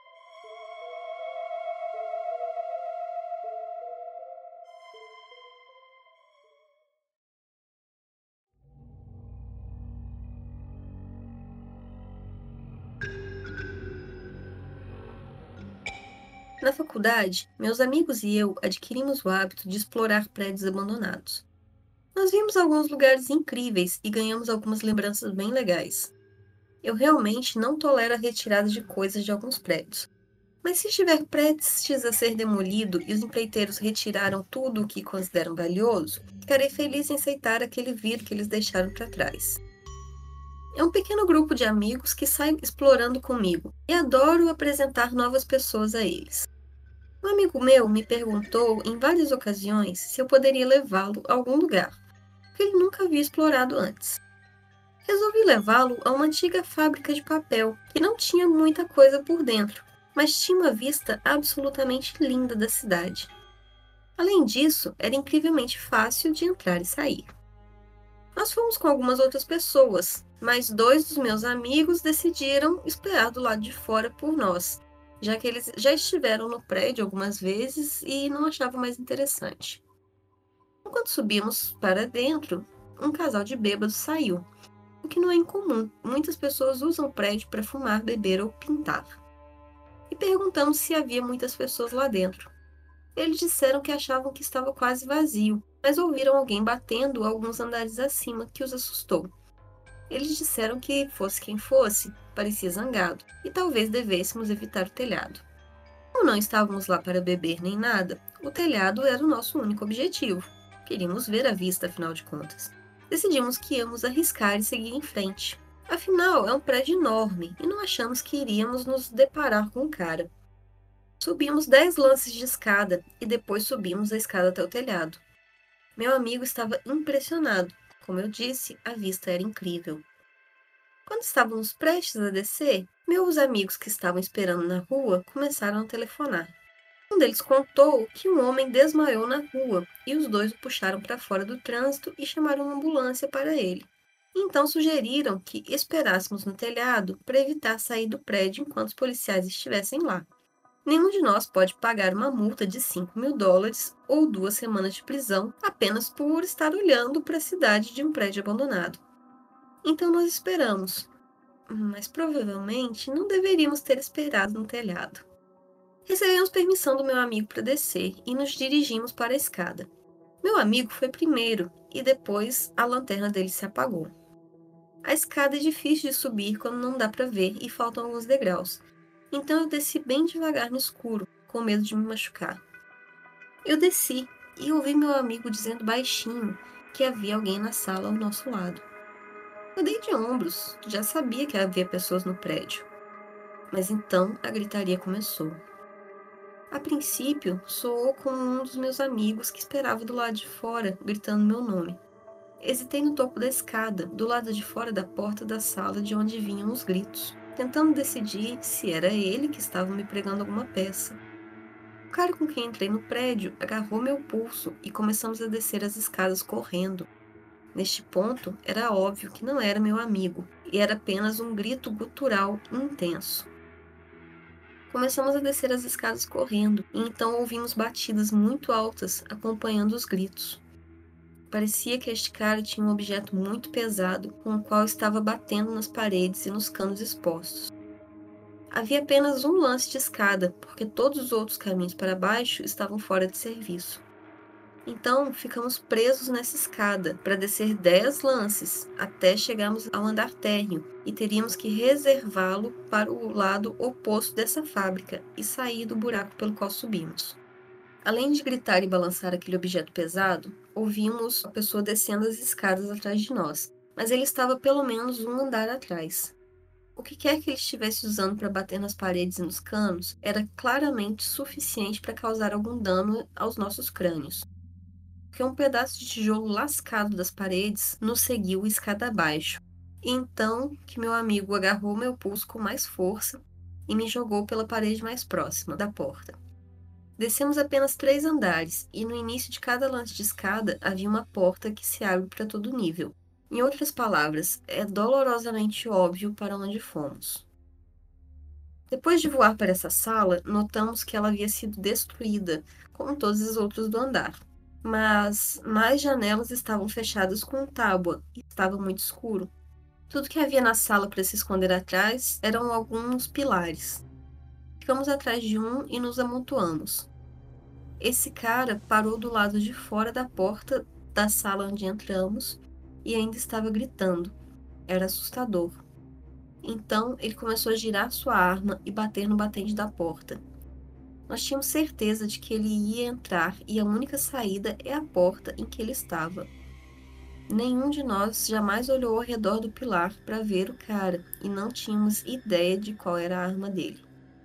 Na faculdade, meus amigos e eu adquirimos o hábito de explorar prédios abandonados. Nós vimos alguns lugares incríveis e ganhamos algumas lembranças bem legais. Eu realmente não tolero a retirada de coisas de alguns prédios. Mas se estiver prestes a ser demolido e os empreiteiros retiraram tudo o que consideram valioso, ficarei feliz em aceitar aquele vidro que eles deixaram para trás. É um pequeno grupo de amigos que sai explorando comigo e adoro apresentar novas pessoas a eles. Um amigo meu me perguntou em várias ocasiões se eu poderia levá-lo a algum lugar, que ele nunca havia explorado antes. Resolvi levá-lo a uma antiga fábrica de papel, que não tinha muita coisa por dentro, mas tinha uma vista absolutamente linda da cidade. Além disso, era incrivelmente fácil de entrar e sair. Nós fomos com algumas outras pessoas, mas 2 dos meus amigos decidiram esperar do lado de fora por nós, já que eles já estiveram no prédio algumas vezes e não achavam mais interessante. Enquanto subíamos para dentro, um casal de bêbados saiu, o que não é incomum. Muitas pessoas usam o prédio para fumar, beber ou pintar. E perguntamos se havia muitas pessoas lá dentro. Eles disseram que achavam que estava quase vazio, mas ouviram alguém batendo alguns andares acima, que os assustou. Eles disseram que, fosse quem fosse, parecia zangado, e talvez devêssemos evitar o telhado. Como não estávamos lá para beber nem nada, o telhado era o nosso único objetivo. Queríamos ver a vista, afinal de contas. Decidimos que íamos arriscar e seguir em frente. Afinal, é um prédio enorme, e não achamos que iríamos nos deparar com um cara. Subimos 10 lances de escada, e depois subimos a escada até o telhado. Meu amigo estava impressionado. Como eu disse, a vista era incrível. Quando estávamos prestes a descer, meus amigos que estavam esperando na rua começaram a telefonar. Um deles contou que um homem desmaiou na rua e os 2 o puxaram para fora do trânsito e chamaram uma ambulância para ele. Então sugeriram que esperássemos no telhado para evitar sair do prédio enquanto os policiais estivessem lá. Nenhum de nós pode pagar uma multa de $5.000 ou 2 semanas de prisão apenas por estar olhando para a cidade de um prédio abandonado. Então nós esperamos. mas provavelmente não deveríamos ter esperado no telhado. Recebemos permissão do meu amigo para descer e nos dirigimos para a escada. Meu amigo foi primeiro e depois a lanterna dele se apagou. A escada é difícil de subir quando não dá para ver e faltam alguns degraus, então eu desci bem devagar no escuro, com medo de me machucar. Eu desci e ouvi meu amigo dizendo baixinho que havia alguém na sala ao nosso lado. Eu dei de ombros, já sabia que havia pessoas no prédio. Mas então a gritaria começou. A princípio, soou como um dos meus amigos que esperava do lado de fora, gritando meu nome. Hesitei no topo da escada, do lado de fora da porta da sala de onde vinham os gritos, tentando decidir se era ele que estava me pregando alguma peça. O cara com quem entrei no prédio agarrou meu pulso e começamos a descer as escadas correndo. Neste ponto, era óbvio que não era meu amigo, e era apenas um grito gutural intenso. Começamos a descer as escadas correndo, e então ouvimos batidas muito altas acompanhando os gritos. Parecia que este cara tinha um objeto muito pesado com o qual estava batendo nas paredes e nos canos expostos. Havia apenas um lance de escada, porque todos os outros caminhos para baixo estavam fora de serviço. Então, ficamos presos nessa escada para descer 10 lances até chegarmos ao andar térreo e teríamos que reservá-lo para o lado oposto dessa fábrica e sair do buraco pelo qual subimos. Além de gritar e balançar aquele objeto pesado, ouvimos a pessoa descendo as escadas atrás de nós, mas ele estava pelo menos um andar atrás. O que quer que ele estivesse usando para bater nas paredes e nos canos era claramente suficiente para causar algum dano aos nossos crânios. Porque um pedaço de tijolo lascado das paredes nos seguiu escada abaixo. E então que meu amigo agarrou meu pulso com mais força e me jogou pela parede mais próxima da porta. Descemos apenas 3 andares e no início de cada lance de escada havia uma porta que se abre para todo nível. Em outras palavras, é dolorosamente óbvio para onde fomos. Depois de voar para essa sala, notamos que ela havia sido destruída, como todas as outras do andar. Mas mais janelas estavam fechadas com tábua e estava muito escuro. Tudo que havia na sala para se esconder atrás eram alguns pilares. Ficamos atrás de um e nos amontoamos. Esse cara parou do lado de fora da porta da sala onde entramos e ainda estava gritando. Era assustador. Então ele começou a girar sua arma e bater no batente da porta. Nós tínhamos certeza de que ele ia entrar e a única saída é a porta em que ele estava. Nenhum de nós jamais olhou ao redor do pilar para ver o cara e não tínhamos ideia de qual era a arma dele.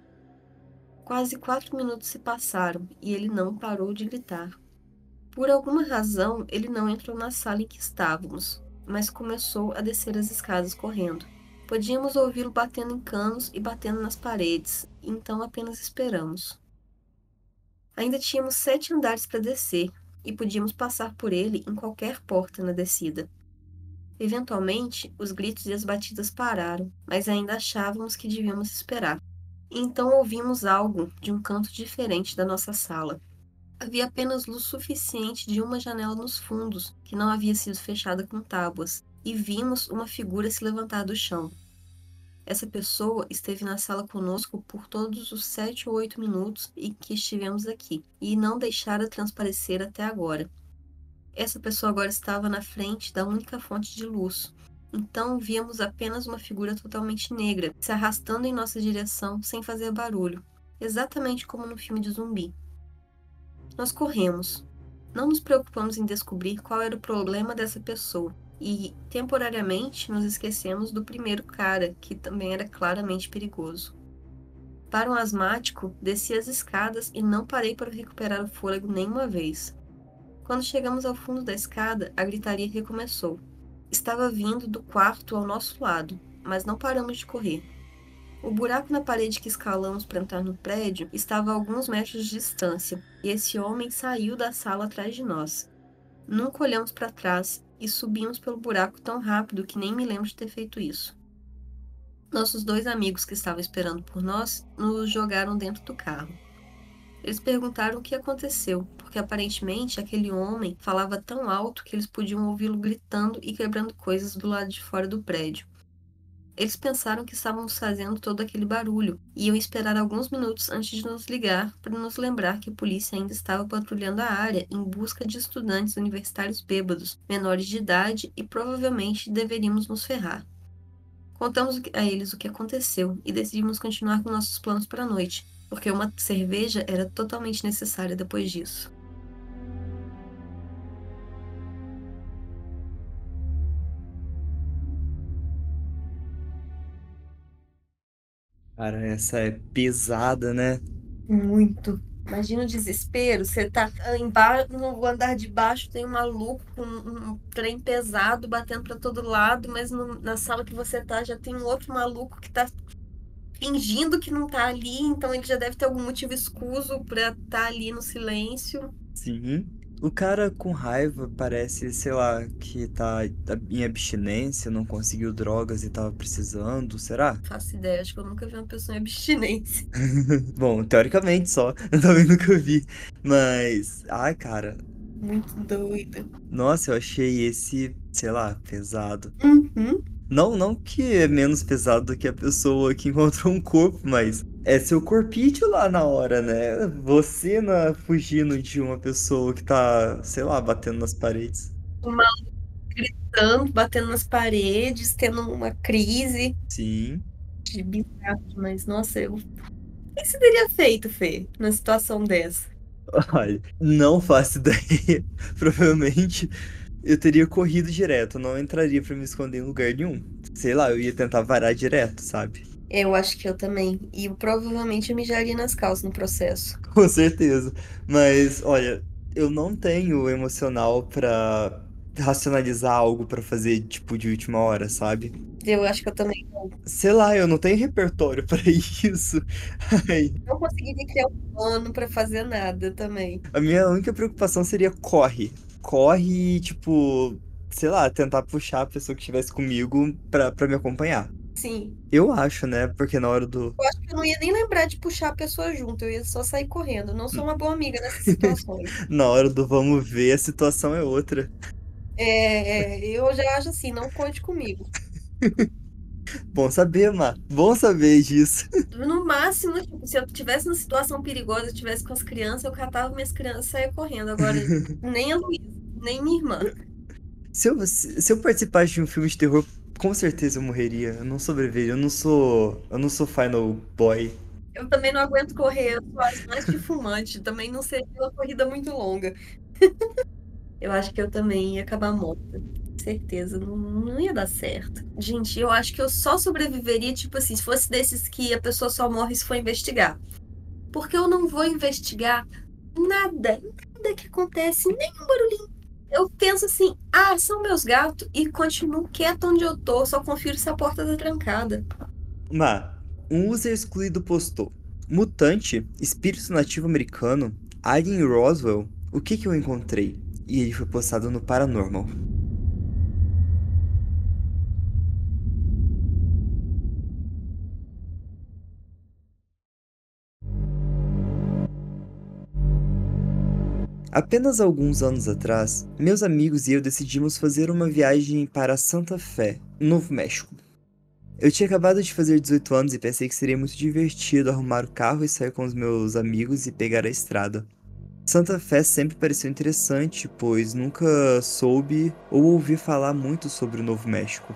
Quase 4 minutos se passaram e ele não parou de gritar. Por alguma razão, ele não entrou na sala em que estávamos, mas começou a descer as escadas correndo. Podíamos ouvi-lo batendo em canos e batendo nas paredes, então apenas esperamos. Ainda tínhamos 7 andares para descer, e podíamos passar por ele em qualquer porta na descida. Eventualmente, os gritos e as batidas pararam, mas ainda achávamos que devíamos esperar. Então ouvimos algo de um canto diferente da nossa sala. Havia apenas luz suficiente de uma janela nos fundos, que não havia sido fechada com tábuas, e vimos uma figura se levantar do chão. Essa pessoa esteve na sala conosco por todos os 7 ou 8 minutos em que estivemos aqui, e não deixara transparecer até agora. Essa pessoa agora estava na frente da única fonte de luz. Então víamos apenas uma figura totalmente negra, se arrastando em nossa direção sem fazer barulho, exatamente como no filme de zumbi. Nós corremos. Não nos preocupamos em descobrir qual era o problema dessa pessoa. E, temporariamente, nos esquecemos do primeiro cara, que também era claramente perigoso. Para um asmático, desci as escadas e não parei para recuperar o fôlego nenhuma vez. Quando chegamos ao fundo da escada, a gritaria recomeçou. Estava vindo do quarto ao nosso lado, mas não paramos de correr. O buraco na parede que escalamos para entrar no prédio estava a alguns metros de distância, e esse homem saiu da sala atrás de nós. Nunca olhamos para trás e subimos pelo buraco tão rápido que nem me lembro de ter feito isso. Nossos 2 amigos que estavam esperando por nós nos jogaram dentro do carro. Eles perguntaram o que aconteceu, porque aparentemente aquele homem falava tão alto que eles podiam ouvi-lo gritando e quebrando coisas do lado de fora do prédio. Eles pensaram que estávamos fazendo todo aquele barulho e iam esperar alguns minutos antes de nos ligar para nos lembrar que a polícia ainda estava patrulhando a área em busca de estudantes universitários bêbados, menores de idade e provavelmente deveríamos nos ferrar. Contamos a eles o que aconteceu e decidimos continuar com nossos planos para a noite, porque uma cerveja era totalmente necessária depois disso. Cara, essa é pesada, né? Muito. Imagina o desespero. Você tá embaixo, no andar de baixo tem um maluco com um trem pesado batendo pra todo lado, mas na sala que você tá já tem um outro maluco que tá fingindo que não tá ali, então ele já deve ter algum motivo escuso pra estar ali no silêncio. Sim. O cara com raiva parece, sei lá, que tá em abstinência, não conseguiu drogas e tava precisando, será? Faço ideia, acho que eu nunca vi uma pessoa em abstinência. Bom, teoricamente só, eu também nunca vi. Mas, ai, cara, Muito doida. nossa, eu achei esse, sei lá, pesado. Uhum. Não que é menos pesado do que a pessoa que encontrou um corpo, mas é seu corpício lá na hora, né? Você fugindo de uma pessoa que tá, sei lá, batendo nas paredes. O maluco gritando, batendo nas paredes, tendo uma crise Sim. de bizarro, mas nossa, o que você teria feito, Fê, numa situação dessa? Olha, não faço ideia. Provavelmente eu teria corrido direto, não entraria pra me esconder em lugar nenhum. Sei lá, eu ia tentar varar direto, sabe? Eu acho que eu também. E eu provavelmente mijaria nas calças no processo. Com certeza. Mas, olha, eu não tenho emocional pra racionalizar algo pra fazer, tipo, de última hora, sabe? Eu acho que eu também não. Sei lá, eu não tenho repertório pra isso. Ai, Não conseguiria criar um plano pra fazer nada também. a minha única preocupação seria corre. Corre e, tipo, sei lá, tentar puxar a pessoa que estivesse comigo pra me acompanhar. Sim. Eu acho, né? Porque na hora do. Eu acho que eu não ia nem lembrar de puxar a pessoa junto. Eu ia só sair correndo. Eu não sou uma boa amiga nessas situações. Na hora do vamos ver, a situação é outra. Eu já acho assim, não conte comigo. Bom saber, Má. Bom saber disso. No máximo, tipo, se eu tivesse numa situação perigosa, eu tivesse com as crianças, eu catava minhas crianças e saía correndo. Agora, nem a Luísa, nem minha irmã. Se eu participasse de um filme de terror, com certeza eu morreria. Eu não sobreviveria. Eu não sou Final Boy. Eu também não aguento correr, eu sou mais de fumante. Também não seria uma corrida muito longa. Eu acho que eu também ia acabar morta. Certeza, não ia dar certo. Gente, eu acho que eu só sobreviveria, tipo assim, se fosse desses que a pessoa só morre se for investigar. Porque eu não vou investigar nada que acontece, nem um barulhinho. Eu penso assim, ah, são meus gatos, e continuo quieta onde eu tô, só confiro se a porta tá trancada. Má, um user excluído postou: Mutante, espírito nativo americano, Alien em Roswell, o que que eu encontrei? E ele foi postado no Paranormal. Apenas alguns anos atrás, meus amigos e eu decidimos fazer uma viagem para Santa Fé, Novo México. Eu tinha acabado de fazer 18 anos e pensei que seria muito divertido arrumar o carro e sair com os meus amigos e pegar a estrada. Santa Fé sempre pareceu interessante, pois nunca soube ou ouvi falar muito sobre o Novo México.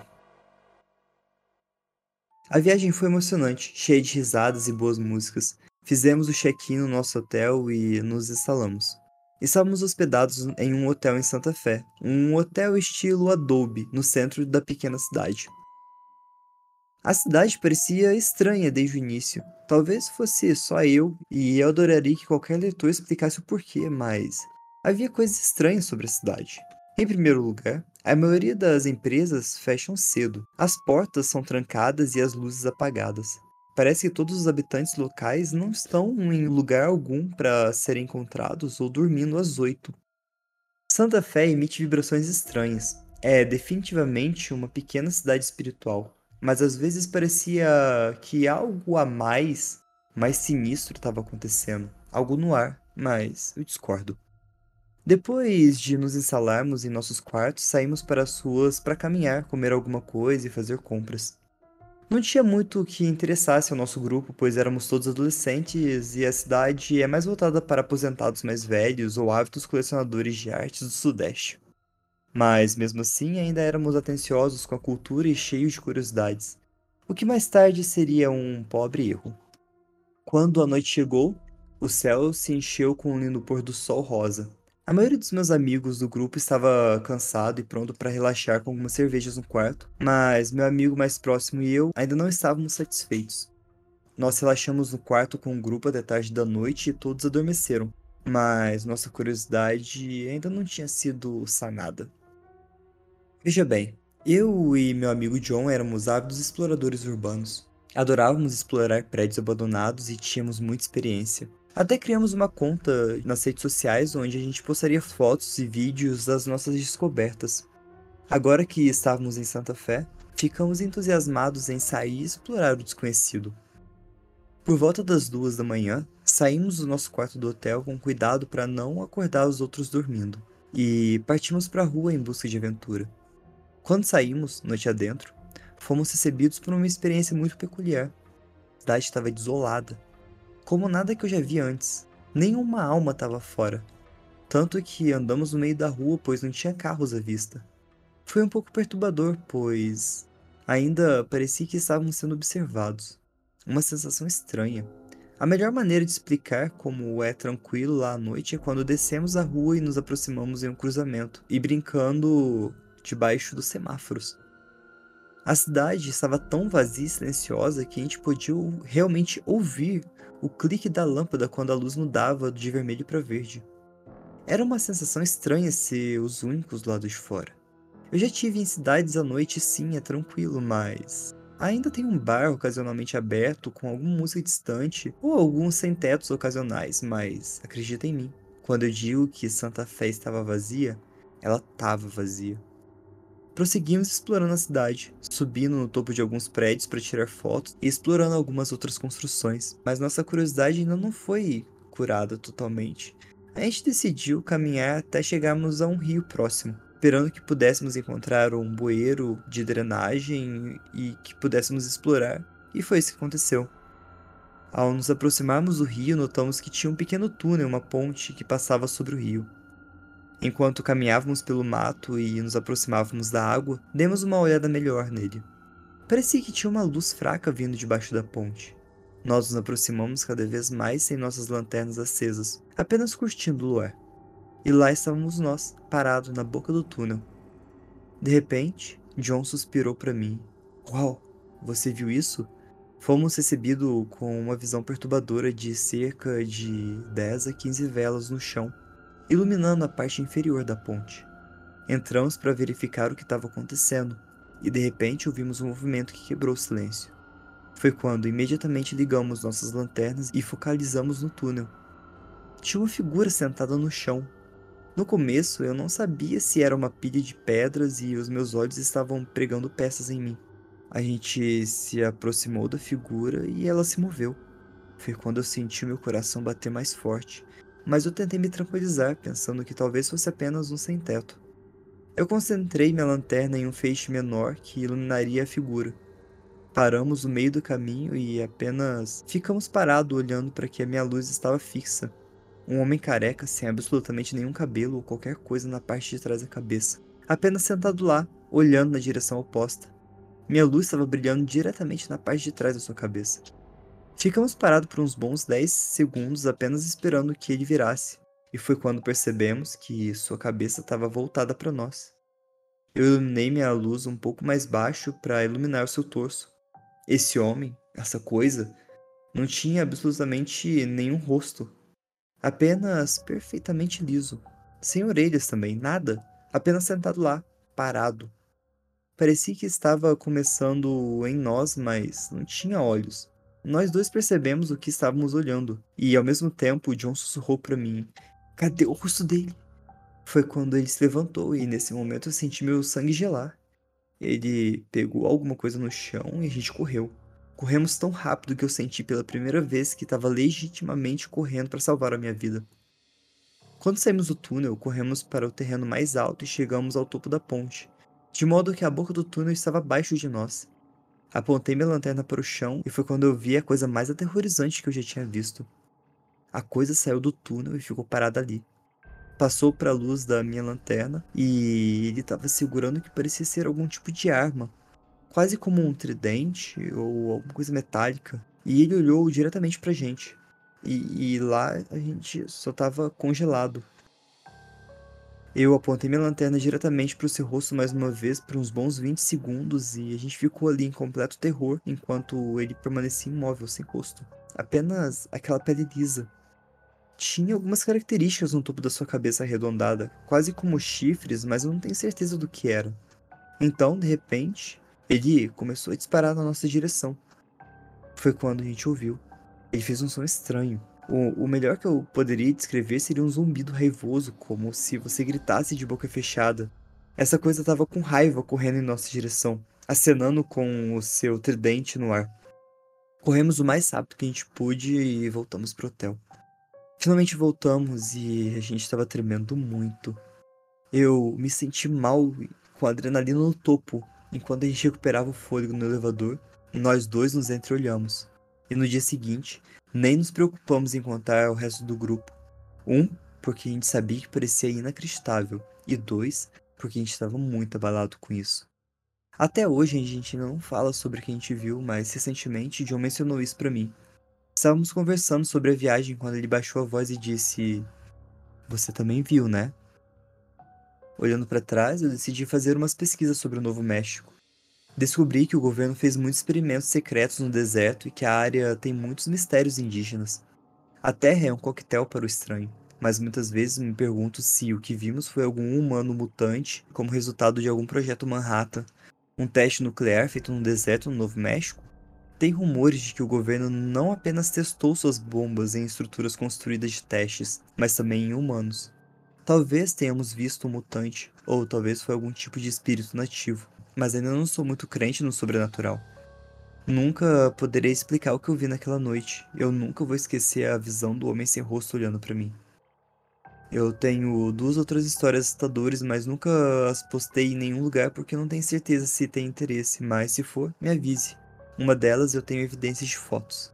A viagem foi emocionante, cheia de risadas e boas músicas. Fizemos o check-in no nosso hotel e nos instalamos. Estávamos hospedados em um hotel em Santa Fé, um hotel estilo Adobe, no centro da pequena cidade. A cidade parecia estranha desde o início. Talvez fosse só eu, e eu adoraria que qualquer leitor explicasse o porquê, mas havia coisas estranhas sobre a cidade. Em primeiro lugar, a maioria das empresas fecham cedo. As portas são trancadas e as luzes apagadas. Parece que todos os habitantes locais não estão em lugar algum para serem encontrados ou dormindo às 8. Santa Fé emite vibrações estranhas. É definitivamente uma pequena cidade espiritual, mas às vezes parecia que algo a mais sinistro estava acontecendo. Algo no ar, mas eu discordo. Depois de nos instalarmos em nossos quartos, saímos para as ruas para caminhar, comer alguma coisa e fazer compras. Não tinha muito o que interessasse ao nosso grupo, pois éramos todos adolescentes e a cidade é mais voltada para aposentados mais velhos ou ávidos colecionadores de artes do Sudeste. Mas, mesmo assim, ainda éramos atenciosos com a cultura e cheios de curiosidades, o que mais tarde seria um pobre erro. Quando a noite chegou, o céu se encheu com um lindo pôr do sol rosa. A maioria dos meus amigos do grupo estava cansado e pronto para relaxar com algumas cervejas no quarto, mas meu amigo mais próximo e eu ainda não estávamos satisfeitos. Nós relaxamos no quarto com o grupo até tarde da noite e todos adormeceram, mas nossa curiosidade ainda não tinha sido sanada. Veja bem, eu e meu amigo John éramos ávidos exploradores urbanos. Adorávamos explorar prédios abandonados e tínhamos muita experiência. Até criamos uma conta nas redes sociais onde a gente postaria fotos e vídeos das nossas descobertas. Agora que estávamos em Santa Fé, ficamos entusiasmados em sair e explorar o desconhecido. Por volta das 2 da manhã, saímos do nosso quarto do hotel com cuidado para não acordar os outros dormindo, e partimos para a rua em busca de aventura. Quando saímos, noite adentro, fomos recebidos por uma experiência muito peculiar. A cidade estava desolada, como nada que eu já vi antes. Nenhuma alma estava fora. Tanto que andamos no meio da rua, pois não tinha carros à vista. Foi um pouco perturbador, pois ainda parecia que estávamos sendo observados. Uma sensação estranha. A melhor maneira de explicar como é tranquilo lá à noite é quando descemos a rua e nos aproximamos em um cruzamento, e brincando debaixo dos semáforos. A cidade estava tão vazia e silenciosa que a gente podia realmente ouvir o clique da lâmpada quando a luz mudava de vermelho para verde. Era uma sensação estranha ser os únicos do lado de fora. Eu já tive em cidades à noite, sim, é tranquilo, mas ainda tem um bar ocasionalmente aberto com alguma música distante ou alguns sem-tetos ocasionais, mas acredita em mim, quando eu digo que Santa Fé estava vazia, ela estava vazia. Prosseguimos explorando a cidade, subindo no topo de alguns prédios para tirar fotos e explorando algumas outras construções, mas nossa curiosidade ainda não foi curada totalmente. A gente decidiu caminhar até chegarmos a um rio próximo, esperando que pudéssemos encontrar um bueiro de drenagem e que pudéssemos explorar, e foi isso que aconteceu. Ao nos aproximarmos do rio, notamos que tinha um pequeno túnel, uma ponte que passava sobre o rio. Enquanto caminhávamos pelo mato e nos aproximávamos da água, demos uma olhada melhor nele. Parecia que tinha uma luz fraca vindo debaixo da ponte. Nós nos aproximamos cada vez mais sem nossas lanternas acesas, apenas curtindo o luar. E lá estávamos nós, parados na boca do túnel. De repente, John suspirou para mim. Uau, você viu isso? Fomos recebidos com uma visão perturbadora de cerca de 10 a 15 velas no chão, iluminando a parte inferior da ponte. Entramos para verificar o que estava acontecendo, e de repente ouvimos um movimento que quebrou o silêncio. Foi quando imediatamente ligamos nossas lanternas e focalizamos no túnel. Tinha uma figura sentada no chão. No começo eu não sabia se era uma pilha de pedras e os meus olhos estavam pregando peças em mim. A gente se aproximou da figura e ela se moveu. Foi quando eu senti meu coração bater mais forte, mas eu tentei me tranquilizar, pensando que talvez fosse apenas um sem-teto. Eu concentrei minha lanterna em um feixe menor que iluminaria a figura. Paramos no meio do caminho e apenas ficamos parados olhando para que a minha luz estava fixa. Um homem careca, sem absolutamente nenhum cabelo ou qualquer coisa na parte de trás da cabeça. Apenas sentado lá, olhando na direção oposta. Minha luz estava brilhando diretamente na parte de trás da sua cabeça. Ficamos parados por uns bons 10 segundos apenas esperando que ele virasse, e foi quando percebemos que sua cabeça estava voltada para nós. Eu iluminei minha luz um pouco mais baixo para iluminar o seu torso. Esse homem, essa coisa, não tinha absolutamente nenhum rosto, apenas perfeitamente liso, sem orelhas também, nada, apenas sentado lá, parado. Parecia que estava começando em nós, mas não tinha olhos. Nós dois percebemos o que estávamos olhando, e ao mesmo tempo John sussurrou para mim: cadê o rosto dele? Foi quando ele se levantou e nesse momento eu senti meu sangue gelar. Ele pegou alguma coisa no chão e a gente correu. Corremos tão rápido que eu senti pela primeira vez que estava legitimamente correndo para salvar a minha vida. Quando saímos do túnel, corremos para o terreno mais alto e chegamos ao topo da ponte, de modo que a boca do túnel estava abaixo de nós. Apontei minha lanterna para o chão e foi quando eu vi a coisa mais aterrorizante que eu já tinha visto. A coisa saiu do túnel e ficou parada ali. Passou para a luz da minha lanterna e ele estava segurando o que parecia ser algum tipo de arma, quase como um tridente ou alguma coisa metálica. E ele olhou diretamente pra gente. E lá a gente só tava congelado. Eu apontei minha lanterna diretamente pro seu rosto mais uma vez por uns bons 20 segundos e a gente ficou ali em completo terror enquanto ele permanecia imóvel, sem rosto. Apenas aquela pele lisa. Tinha algumas características no topo da sua cabeça arredondada, quase como chifres, mas eu não tenho certeza do que era. Então, de repente, ele começou a disparar na nossa direção. Foi quando a gente ouviu. Ele fez um som estranho. O melhor que eu poderia descrever seria um zumbido raivoso, como se você gritasse de boca fechada. Essa coisa estava com raiva correndo em nossa direção, acenando com o seu tridente no ar. Corremos o mais rápido que a gente pôde e voltamos pro hotel. Finalmente voltamos e a gente estava tremendo muito. Eu me senti mal, com a adrenalina no topo, enquanto a gente recuperava o fôlego no elevador. Nós dois nos entreolhamos. E no dia seguinte, nem nos preocupamos em contar ao resto do grupo. Porque a gente sabia que parecia inacreditável. E dois, porque a gente estava muito abalado com isso. Até hoje a gente não fala sobre o que a gente viu, mas recentemente John mencionou isso pra mim. Estávamos conversando sobre a viagem quando ele baixou a voz e disse: "Você também viu, né?" Olhando para trás, eu decidi fazer umas pesquisas sobre o Novo México. Descobri que o governo fez muitos experimentos secretos no deserto e que a área tem muitos mistérios indígenas. A Terra é um coquetel para o estranho, mas muitas vezes me pergunto se o que vimos foi algum humano mutante como resultado de algum projeto Manhattan, um teste nuclear feito no deserto no Novo México. Tem rumores de que o governo não apenas testou suas bombas em estruturas construídas de testes, mas também em humanos. Talvez tenhamos visto um mutante, ou talvez foi algum tipo de espírito nativo, mas ainda não sou muito crente no sobrenatural. Nunca poderei explicar o que eu vi naquela noite. Eu nunca vou esquecer a visão do homem sem rosto olhando para mim. Eu tenho 2 outras histórias assustadoras, mas nunca as postei em nenhum lugar porque não tenho certeza se tem interesse, mas se for, me avise. Uma delas eu tenho evidências de fotos.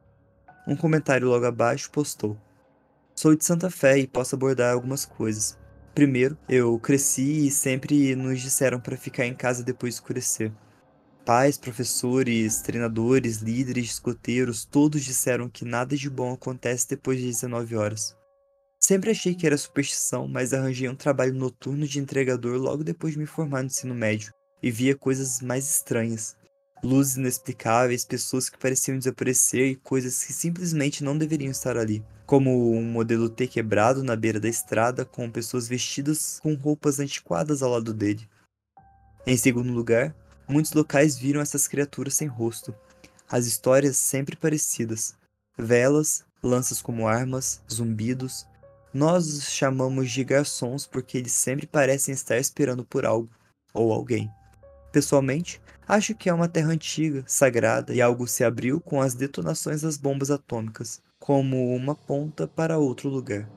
Um comentário logo abaixo postou: "Sou de Santa Fé e posso abordar algumas coisas. Primeiro, eu cresci e sempre nos disseram para ficar em casa depois de escurecer. Pais, professores, treinadores, líderes, escoteiros, todos disseram que nada de bom acontece depois de 19 horas. Sempre achei que era superstição, mas arranjei um trabalho noturno de entregador logo depois de me formar no ensino médio e via coisas mais estranhas. Luzes inexplicáveis, pessoas que pareciam desaparecer e coisas que simplesmente não deveriam estar ali. Como um modelo T quebrado na beira da estrada com pessoas vestidas com roupas antiquadas ao lado dele. Em segundo lugar, muitos locais viram essas criaturas sem rosto. As histórias sempre parecidas. Velas, lanças como armas, zumbidos. Nós os chamamos de garçons porque eles sempre parecem estar esperando por algo, ou alguém. Pessoalmente, acho que é uma terra antiga, sagrada, e algo se abriu com as detonações das bombas atômicas, como uma ponta para outro lugar."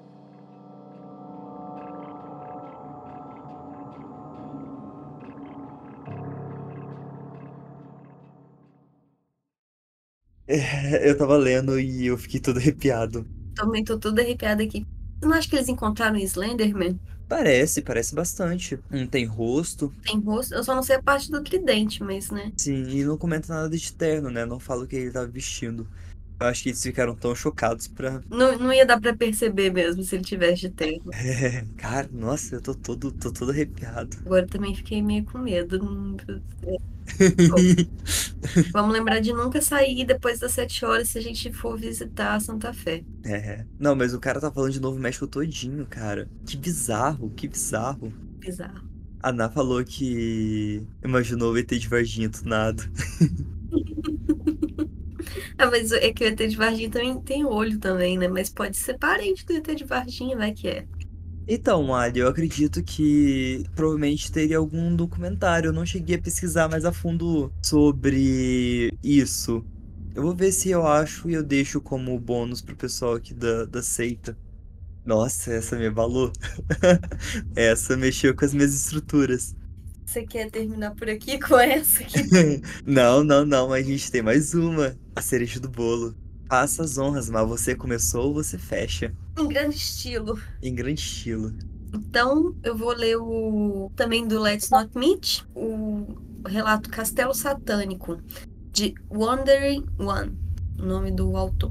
Eu tava lendo e eu fiquei todo arrepiado. Também tô toda arrepiada aqui. Você não acha que eles encontraram o Slenderman? Parece bastante. Não tem rosto. Tem rosto? Eu só não sei a parte do tridente, mas, né? Sim, e não comenta nada de terno, né? Não fala o que ele tava vestindo. Eu acho que eles ficaram tão chocados pra. Não ia dar pra perceber mesmo se ele tivesse de terno. Cara, nossa, eu tô todo arrepiado. Agora também fiquei meio com medo. Vamos lembrar de nunca sair depois das 7 horas se a gente for visitar a Santa Fé. Não, mas o cara tá falando de Novo México todinho, cara. Que bizarro, que bizarro. Bizarro. A Ná falou que imaginou o ET de Varginha tunado. Ah, mas é que o ET de Varginha também tem olho também, né? Mas pode ser parente do ET de Varginha, vai que é. Então, Ali, eu acredito que provavelmente teria algum documentário. Eu não cheguei a pesquisar mais a fundo sobre isso. Eu vou ver se eu acho e eu deixo como bônus pro pessoal aqui da seita. Nossa, essa me abalou. Essa mexeu com as minhas estruturas. Você quer terminar por aqui com essa aqui? Não, a gente tem mais uma. A cereja do bolo. Faça as honras, mas você começou, você fecha. Em grande estilo. Em grande estilo. Então, eu vou ler também do Let's Not Meet, o relato Castelo Satânico, de Wandering One, o nome do autor.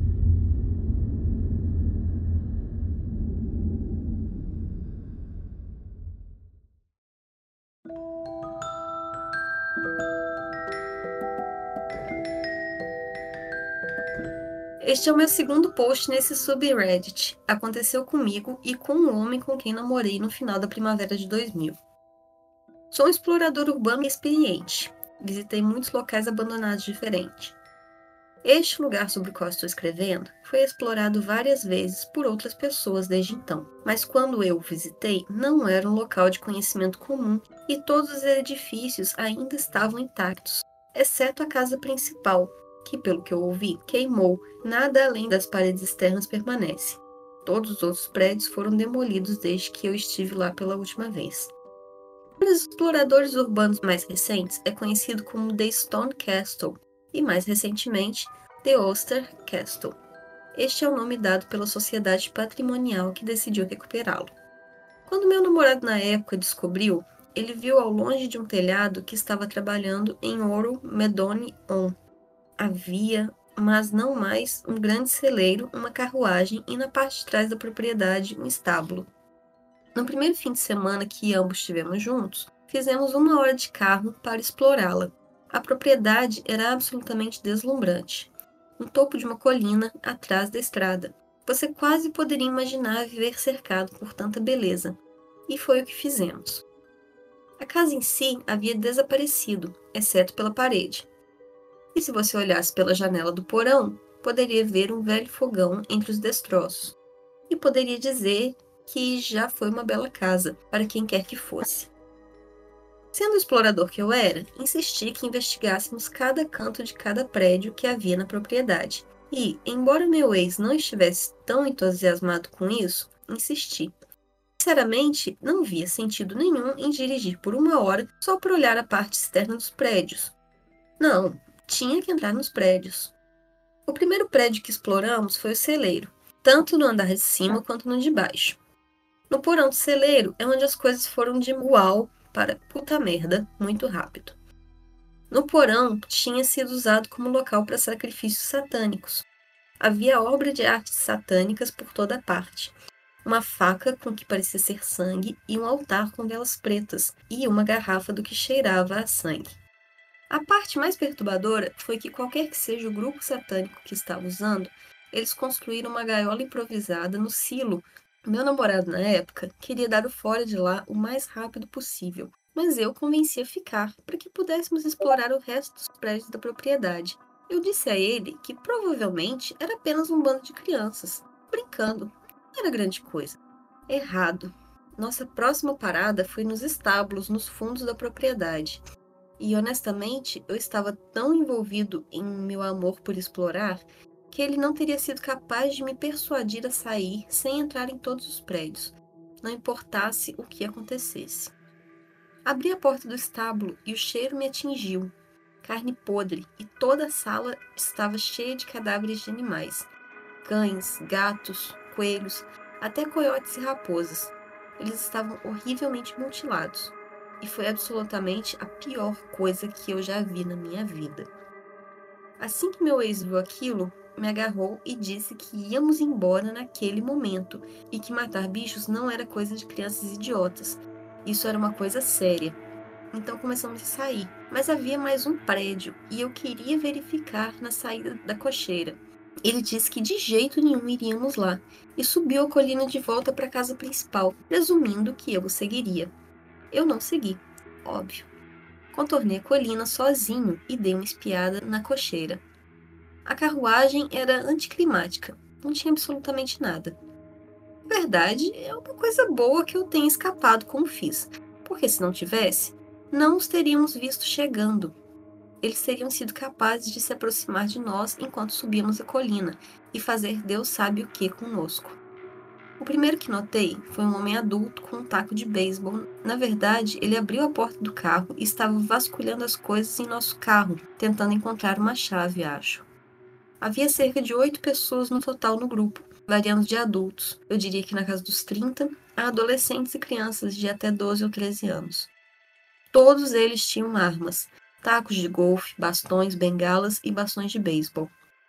Este é o meu segundo post nesse subreddit. Aconteceu comigo e com um homem com quem namorei no final da primavera de 2000. Sou um explorador urbano experiente. Visitei muitos locais abandonados diferentes. Este lugar sobre o qual estou escrevendo foi explorado várias vezes por outras pessoas desde então, mas quando eu o visitei, não era um local de conhecimento comum e todos os edifícios ainda estavam intactos, exceto a casa principal, que, pelo que eu ouvi, queimou, nada além das paredes externas permanece. Todos os outros prédios foram demolidos desde que eu estive lá pela última vez. Um dos exploradores urbanos mais recentes é conhecido como The Stone Castle, e mais recentemente, The Oyster Castle. Este é o nome dado pela sociedade patrimonial que decidiu recuperá-lo. Quando meu namorado na época descobriu, ele viu ao longe de um telhado que estava trabalhando em ouro Medone On. Havia, mas não mais, um grande celeiro, uma carruagem e na parte de trás da propriedade um estábulo. No primeiro fim de semana que ambos estivemos juntos, fizemos 1 hora de carro para explorá-la. A propriedade era absolutamente deslumbrante. No topo de uma colina, atrás da estrada. Você quase poderia imaginar viver cercado por tanta beleza. E foi o que fizemos. A casa em si havia desaparecido, exceto pela parede. E se você olhasse pela janela do porão, poderia ver um velho fogão entre os destroços. E poderia dizer que já foi uma bela casa, para quem quer que fosse. Sendo o explorador que eu era, insisti que investigássemos cada canto de cada prédio que havia na propriedade. E, embora meu ex não estivesse tão entusiasmado com isso, insisti. Sinceramente, não via sentido nenhum em dirigir por 1 hora só para olhar a parte externa dos prédios. Não, tinha que entrar nos prédios. O primeiro prédio que exploramos foi o celeiro, tanto no andar de cima quanto no de baixo. No porão do celeiro é onde as coisas foram de uau para puta merda muito rápido. No porão tinha sido usado como local para sacrifícios satânicos. Havia obra de artes satânicas por toda parte. Uma faca com que parecia ser sangue e um altar com velas pretas e uma garrafa do que cheirava a sangue. A parte mais perturbadora foi que qualquer que seja o grupo satânico que estava usando, eles construíram uma gaiola improvisada no silo. Meu namorado, na época, queria dar o fora de lá o mais rápido possível, mas eu convenci a ficar para que pudéssemos explorar o resto dos prédios da propriedade. Eu disse a ele que provavelmente era apenas um bando de crianças, brincando. Não era grande coisa. Errado. Nossa próxima parada foi nos estábulos nos fundos da propriedade. E honestamente, eu estava tão envolvido em meu amor por explorar que ele não teria sido capaz de me persuadir a sair sem entrar em todos os prédios, não importasse o que acontecesse. Abri a porta do estábulo e o cheiro me atingiu. Carne podre, e toda a sala estava cheia de cadáveres de animais. Cães, gatos, coelhos, até coiotes e raposas. Eles estavam horrivelmente mutilados. E foi absolutamente a pior coisa que eu já vi na minha vida. Assim que meu ex viu aquilo, me agarrou e disse que íamos embora naquele momento e que matar bichos não era coisa de crianças idiotas. Isso era uma coisa séria. Então começamos a sair, mas havia mais um prédio e eu queria verificar na saída da cocheira. Ele disse que de jeito nenhum iríamos lá e subiu a colina de volta para a casa principal, presumindo que eu o seguiria. Eu não segui, óbvio. Contornei a colina sozinho e dei uma espiada na cocheira. A carruagem era anticlimática, não tinha absolutamente nada. Na verdade, é uma coisa boa que eu tenha escapado como fiz, porque se não tivesse, não os teríamos visto chegando. Eles teriam sido capazes de se aproximar de nós enquanto subíamos a colina e fazer Deus sabe o que conosco. O primeiro que notei foi um homem adulto com um taco de beisebol. Na verdade, ele abriu a porta do carro e estava vasculhando as coisas em nosso carro, tentando encontrar uma chave, acho. Havia cerca de 8 pessoas no total no grupo, variando de adultos, eu diria que na casa dos 30, a adolescentes e crianças de até 12 ou 13 anos. Todos eles tinham armas, tacos de golfe, bastões, bengalas e bastões de beisebol.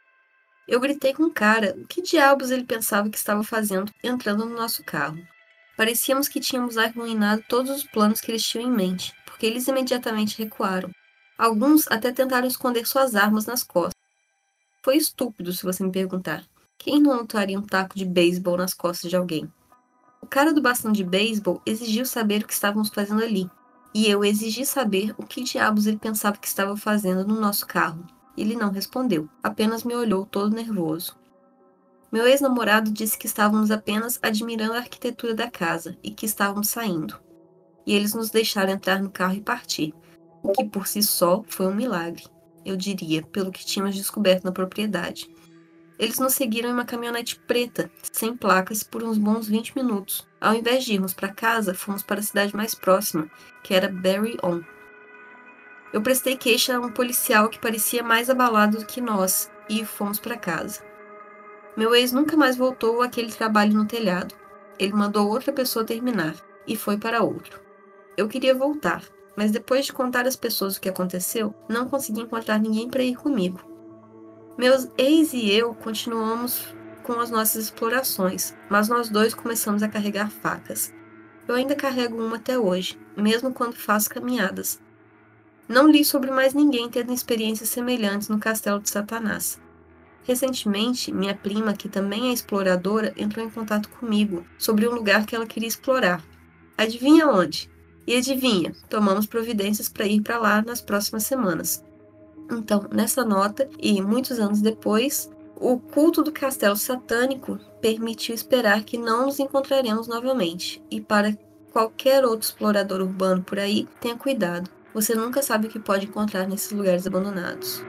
Eu gritei com o cara o que diabos ele pensava que estava fazendo entrando no nosso carro. Parecíamos que tínhamos arruinado todos os planos que eles tinham em mente, porque eles imediatamente recuaram. Alguns até tentaram esconder suas armas nas costas. Foi estúpido, se você me perguntar. Quem não notaria um taco de beisebol nas costas de alguém? O cara do bastão de beisebol exigiu saber o que estávamos fazendo ali. E eu exigi saber o que diabos ele pensava que estava fazendo no nosso carro. Ele não respondeu, apenas me olhou todo nervoso. Meu ex-namorado disse que estávamos apenas admirando a arquitetura da casa e que estávamos saindo. E eles nos deixaram entrar no carro e partir, o que por si só foi um milagre, eu diria, pelo que tínhamos descoberto na propriedade. Eles nos seguiram em uma caminhonete preta, sem placas, por uns bons 20 minutos. Ao invés de irmos para casa, fomos para a cidade mais próxima, que era Barry On. Eu prestei queixa a um policial que parecia mais abalado do que nós, e fomos para casa. Meu ex nunca mais voltou àquele trabalho no telhado. Ele mandou outra pessoa terminar, e foi para outro. Eu queria voltar, mas depois de contar às pessoas o que aconteceu, não consegui encontrar ninguém para ir comigo. Meus ex e eu continuamos com as nossas explorações, mas nós dois começamos a carregar facas. Eu ainda carrego uma até hoje, mesmo quando faço caminhadas. Não li sobre mais ninguém tendo experiências semelhantes no Castelo de Satanás. Recentemente, minha prima, que também é exploradora, entrou em contato comigo sobre um lugar que ela queria explorar. Adivinha onde? E adivinha, tomamos providências para ir para lá nas próximas semanas. Então, nessa nota, e muitos anos depois, o culto do castelo satânico permitiu esperar que não nos encontraremos novamente. E para qualquer outro explorador urbano por aí, tenha cuidado. Você nunca sabe o que pode encontrar nesses lugares abandonados.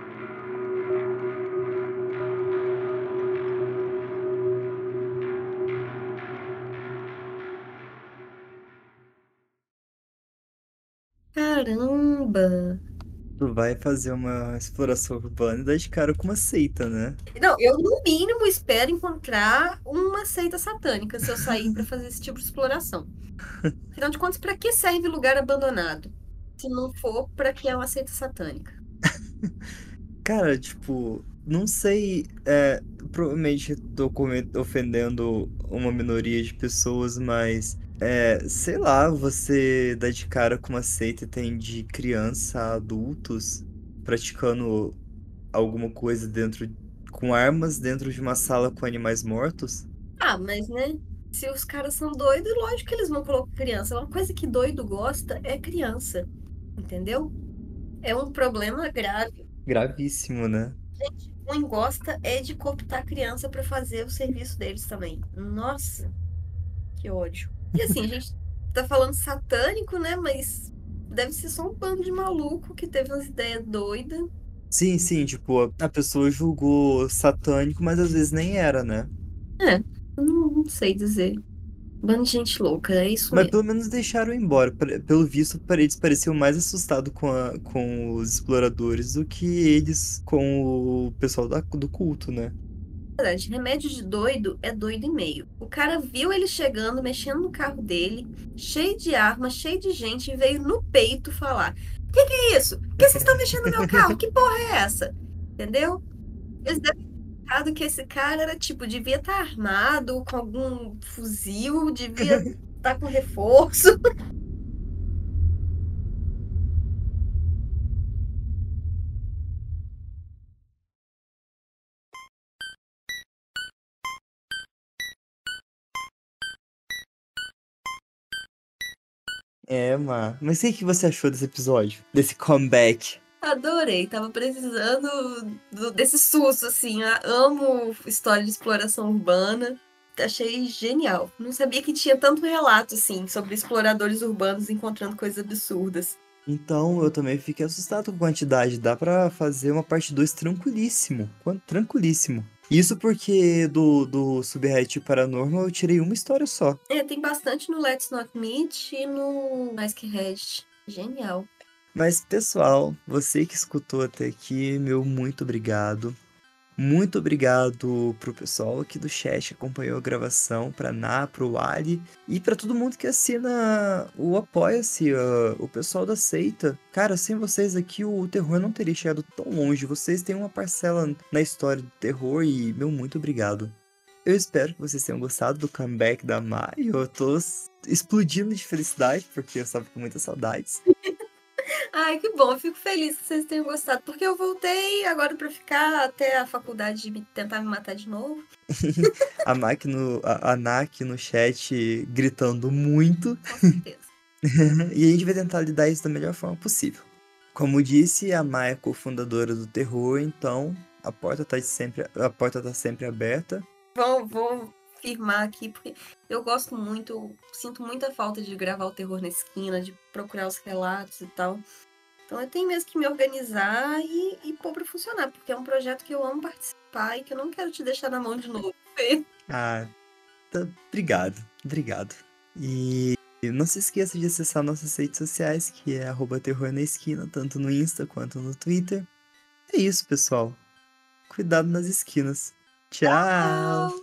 Caramba! Tu vai fazer uma exploração urbana e dá de cara com uma seita, né? Não, eu no mínimo espero encontrar uma seita satânica se eu sair para fazer esse tipo de exploração. Afinal de contas, para que serve lugar abandonado? Se não for para criar uma seita satânica. Cara, tipo, não sei. Provavelmente tô ofendendo uma minoria de pessoas, mas. Sei lá, você dá de cara com uma seita e tem de criança a adultos praticando alguma coisa dentro. Com armas dentro de uma sala com animais mortos? Ah, mas né? Se os caras são doidos, lógico que eles vão colocar criança. Uma coisa que doido gosta é criança. Entendeu? É um problema grave. Gravíssimo, né? Gente, quem gosta é de cooptar a criança para fazer o serviço deles também. Nossa, que ódio. E assim, a gente tá falando satânico, né? Mas deve ser só um bando de maluco que teve umas ideias doidas. Sim, sim, tipo, a pessoa julgou satânico, mas às vezes nem era, né? É, eu não sei dizer. Bando de gente louca, é isso Mas mesmo. pelo menos deixaram embora. Pelo visto, eles pareciam mais assustados com os exploradores do que eles com o pessoal do culto, né? Na verdade, remédio de doido é doido e meio. O cara viu ele chegando, mexendo no carro dele, cheio de arma, cheio de gente, e veio no peito falar: que é isso? Por que vocês estão mexendo no meu carro? Que porra é essa? Entendeu? Eles devem ter pensado que esse cara era tipo, devia estar armado com algum fuzil, devia estar com reforço. Mas o que você achou desse episódio? Desse comeback? Adorei, tava precisando desse susto, assim. Amo história de exploração urbana. Achei genial. Não sabia que tinha tanto relato, assim, sobre exploradores urbanos encontrando coisas absurdas. Então, eu também fiquei assustado com a quantidade. Dá pra fazer uma parte 2 tranquilíssimo. Tranquilíssimo. Isso porque do Subreddit Paranormal eu tirei uma história só. Tem bastante no Let's Not Meet e no Ask Reddit. Genial. Mas, pessoal, você que escutou até aqui, meu muito obrigado. Muito obrigado pro pessoal aqui do chat que acompanhou a gravação, pra Ná, pro Ali e pra todo mundo que assina o Apoia-se, o pessoal da seita. Cara, sem vocês aqui o terror não teria chegado tão longe. Vocês têm uma parcela na história do terror e meu muito obrigado. Eu espero que vocês tenham gostado do comeback da Mai. Eu tô explodindo de felicidade porque eu estava com muitas saudades. Ai, que bom. Eu fico feliz que vocês tenham gostado. Porque eu voltei agora pra ficar até a faculdade de tentar me matar de novo. A Nak no chat gritando muito. Com certeza. E a gente vai tentar lidar isso da melhor forma possível. Como disse, a Mai é cofundadora do terror, então a porta tá sempre aberta. Vou firmar aqui, porque eu gosto muito, sinto muita falta de gravar o Terror na Esquina, de procurar os relatos e tal. Então eu tenho mesmo que me organizar e pôr pra funcionar, porque é um projeto que eu amo participar e que eu não quero te deixar na mão de novo, Fê. Ah, obrigado. E não se esqueça de acessar nossas redes sociais, que é @terror na esquina, tanto no Insta quanto no Twitter. É isso, pessoal. Cuidado nas esquinas. Tchau!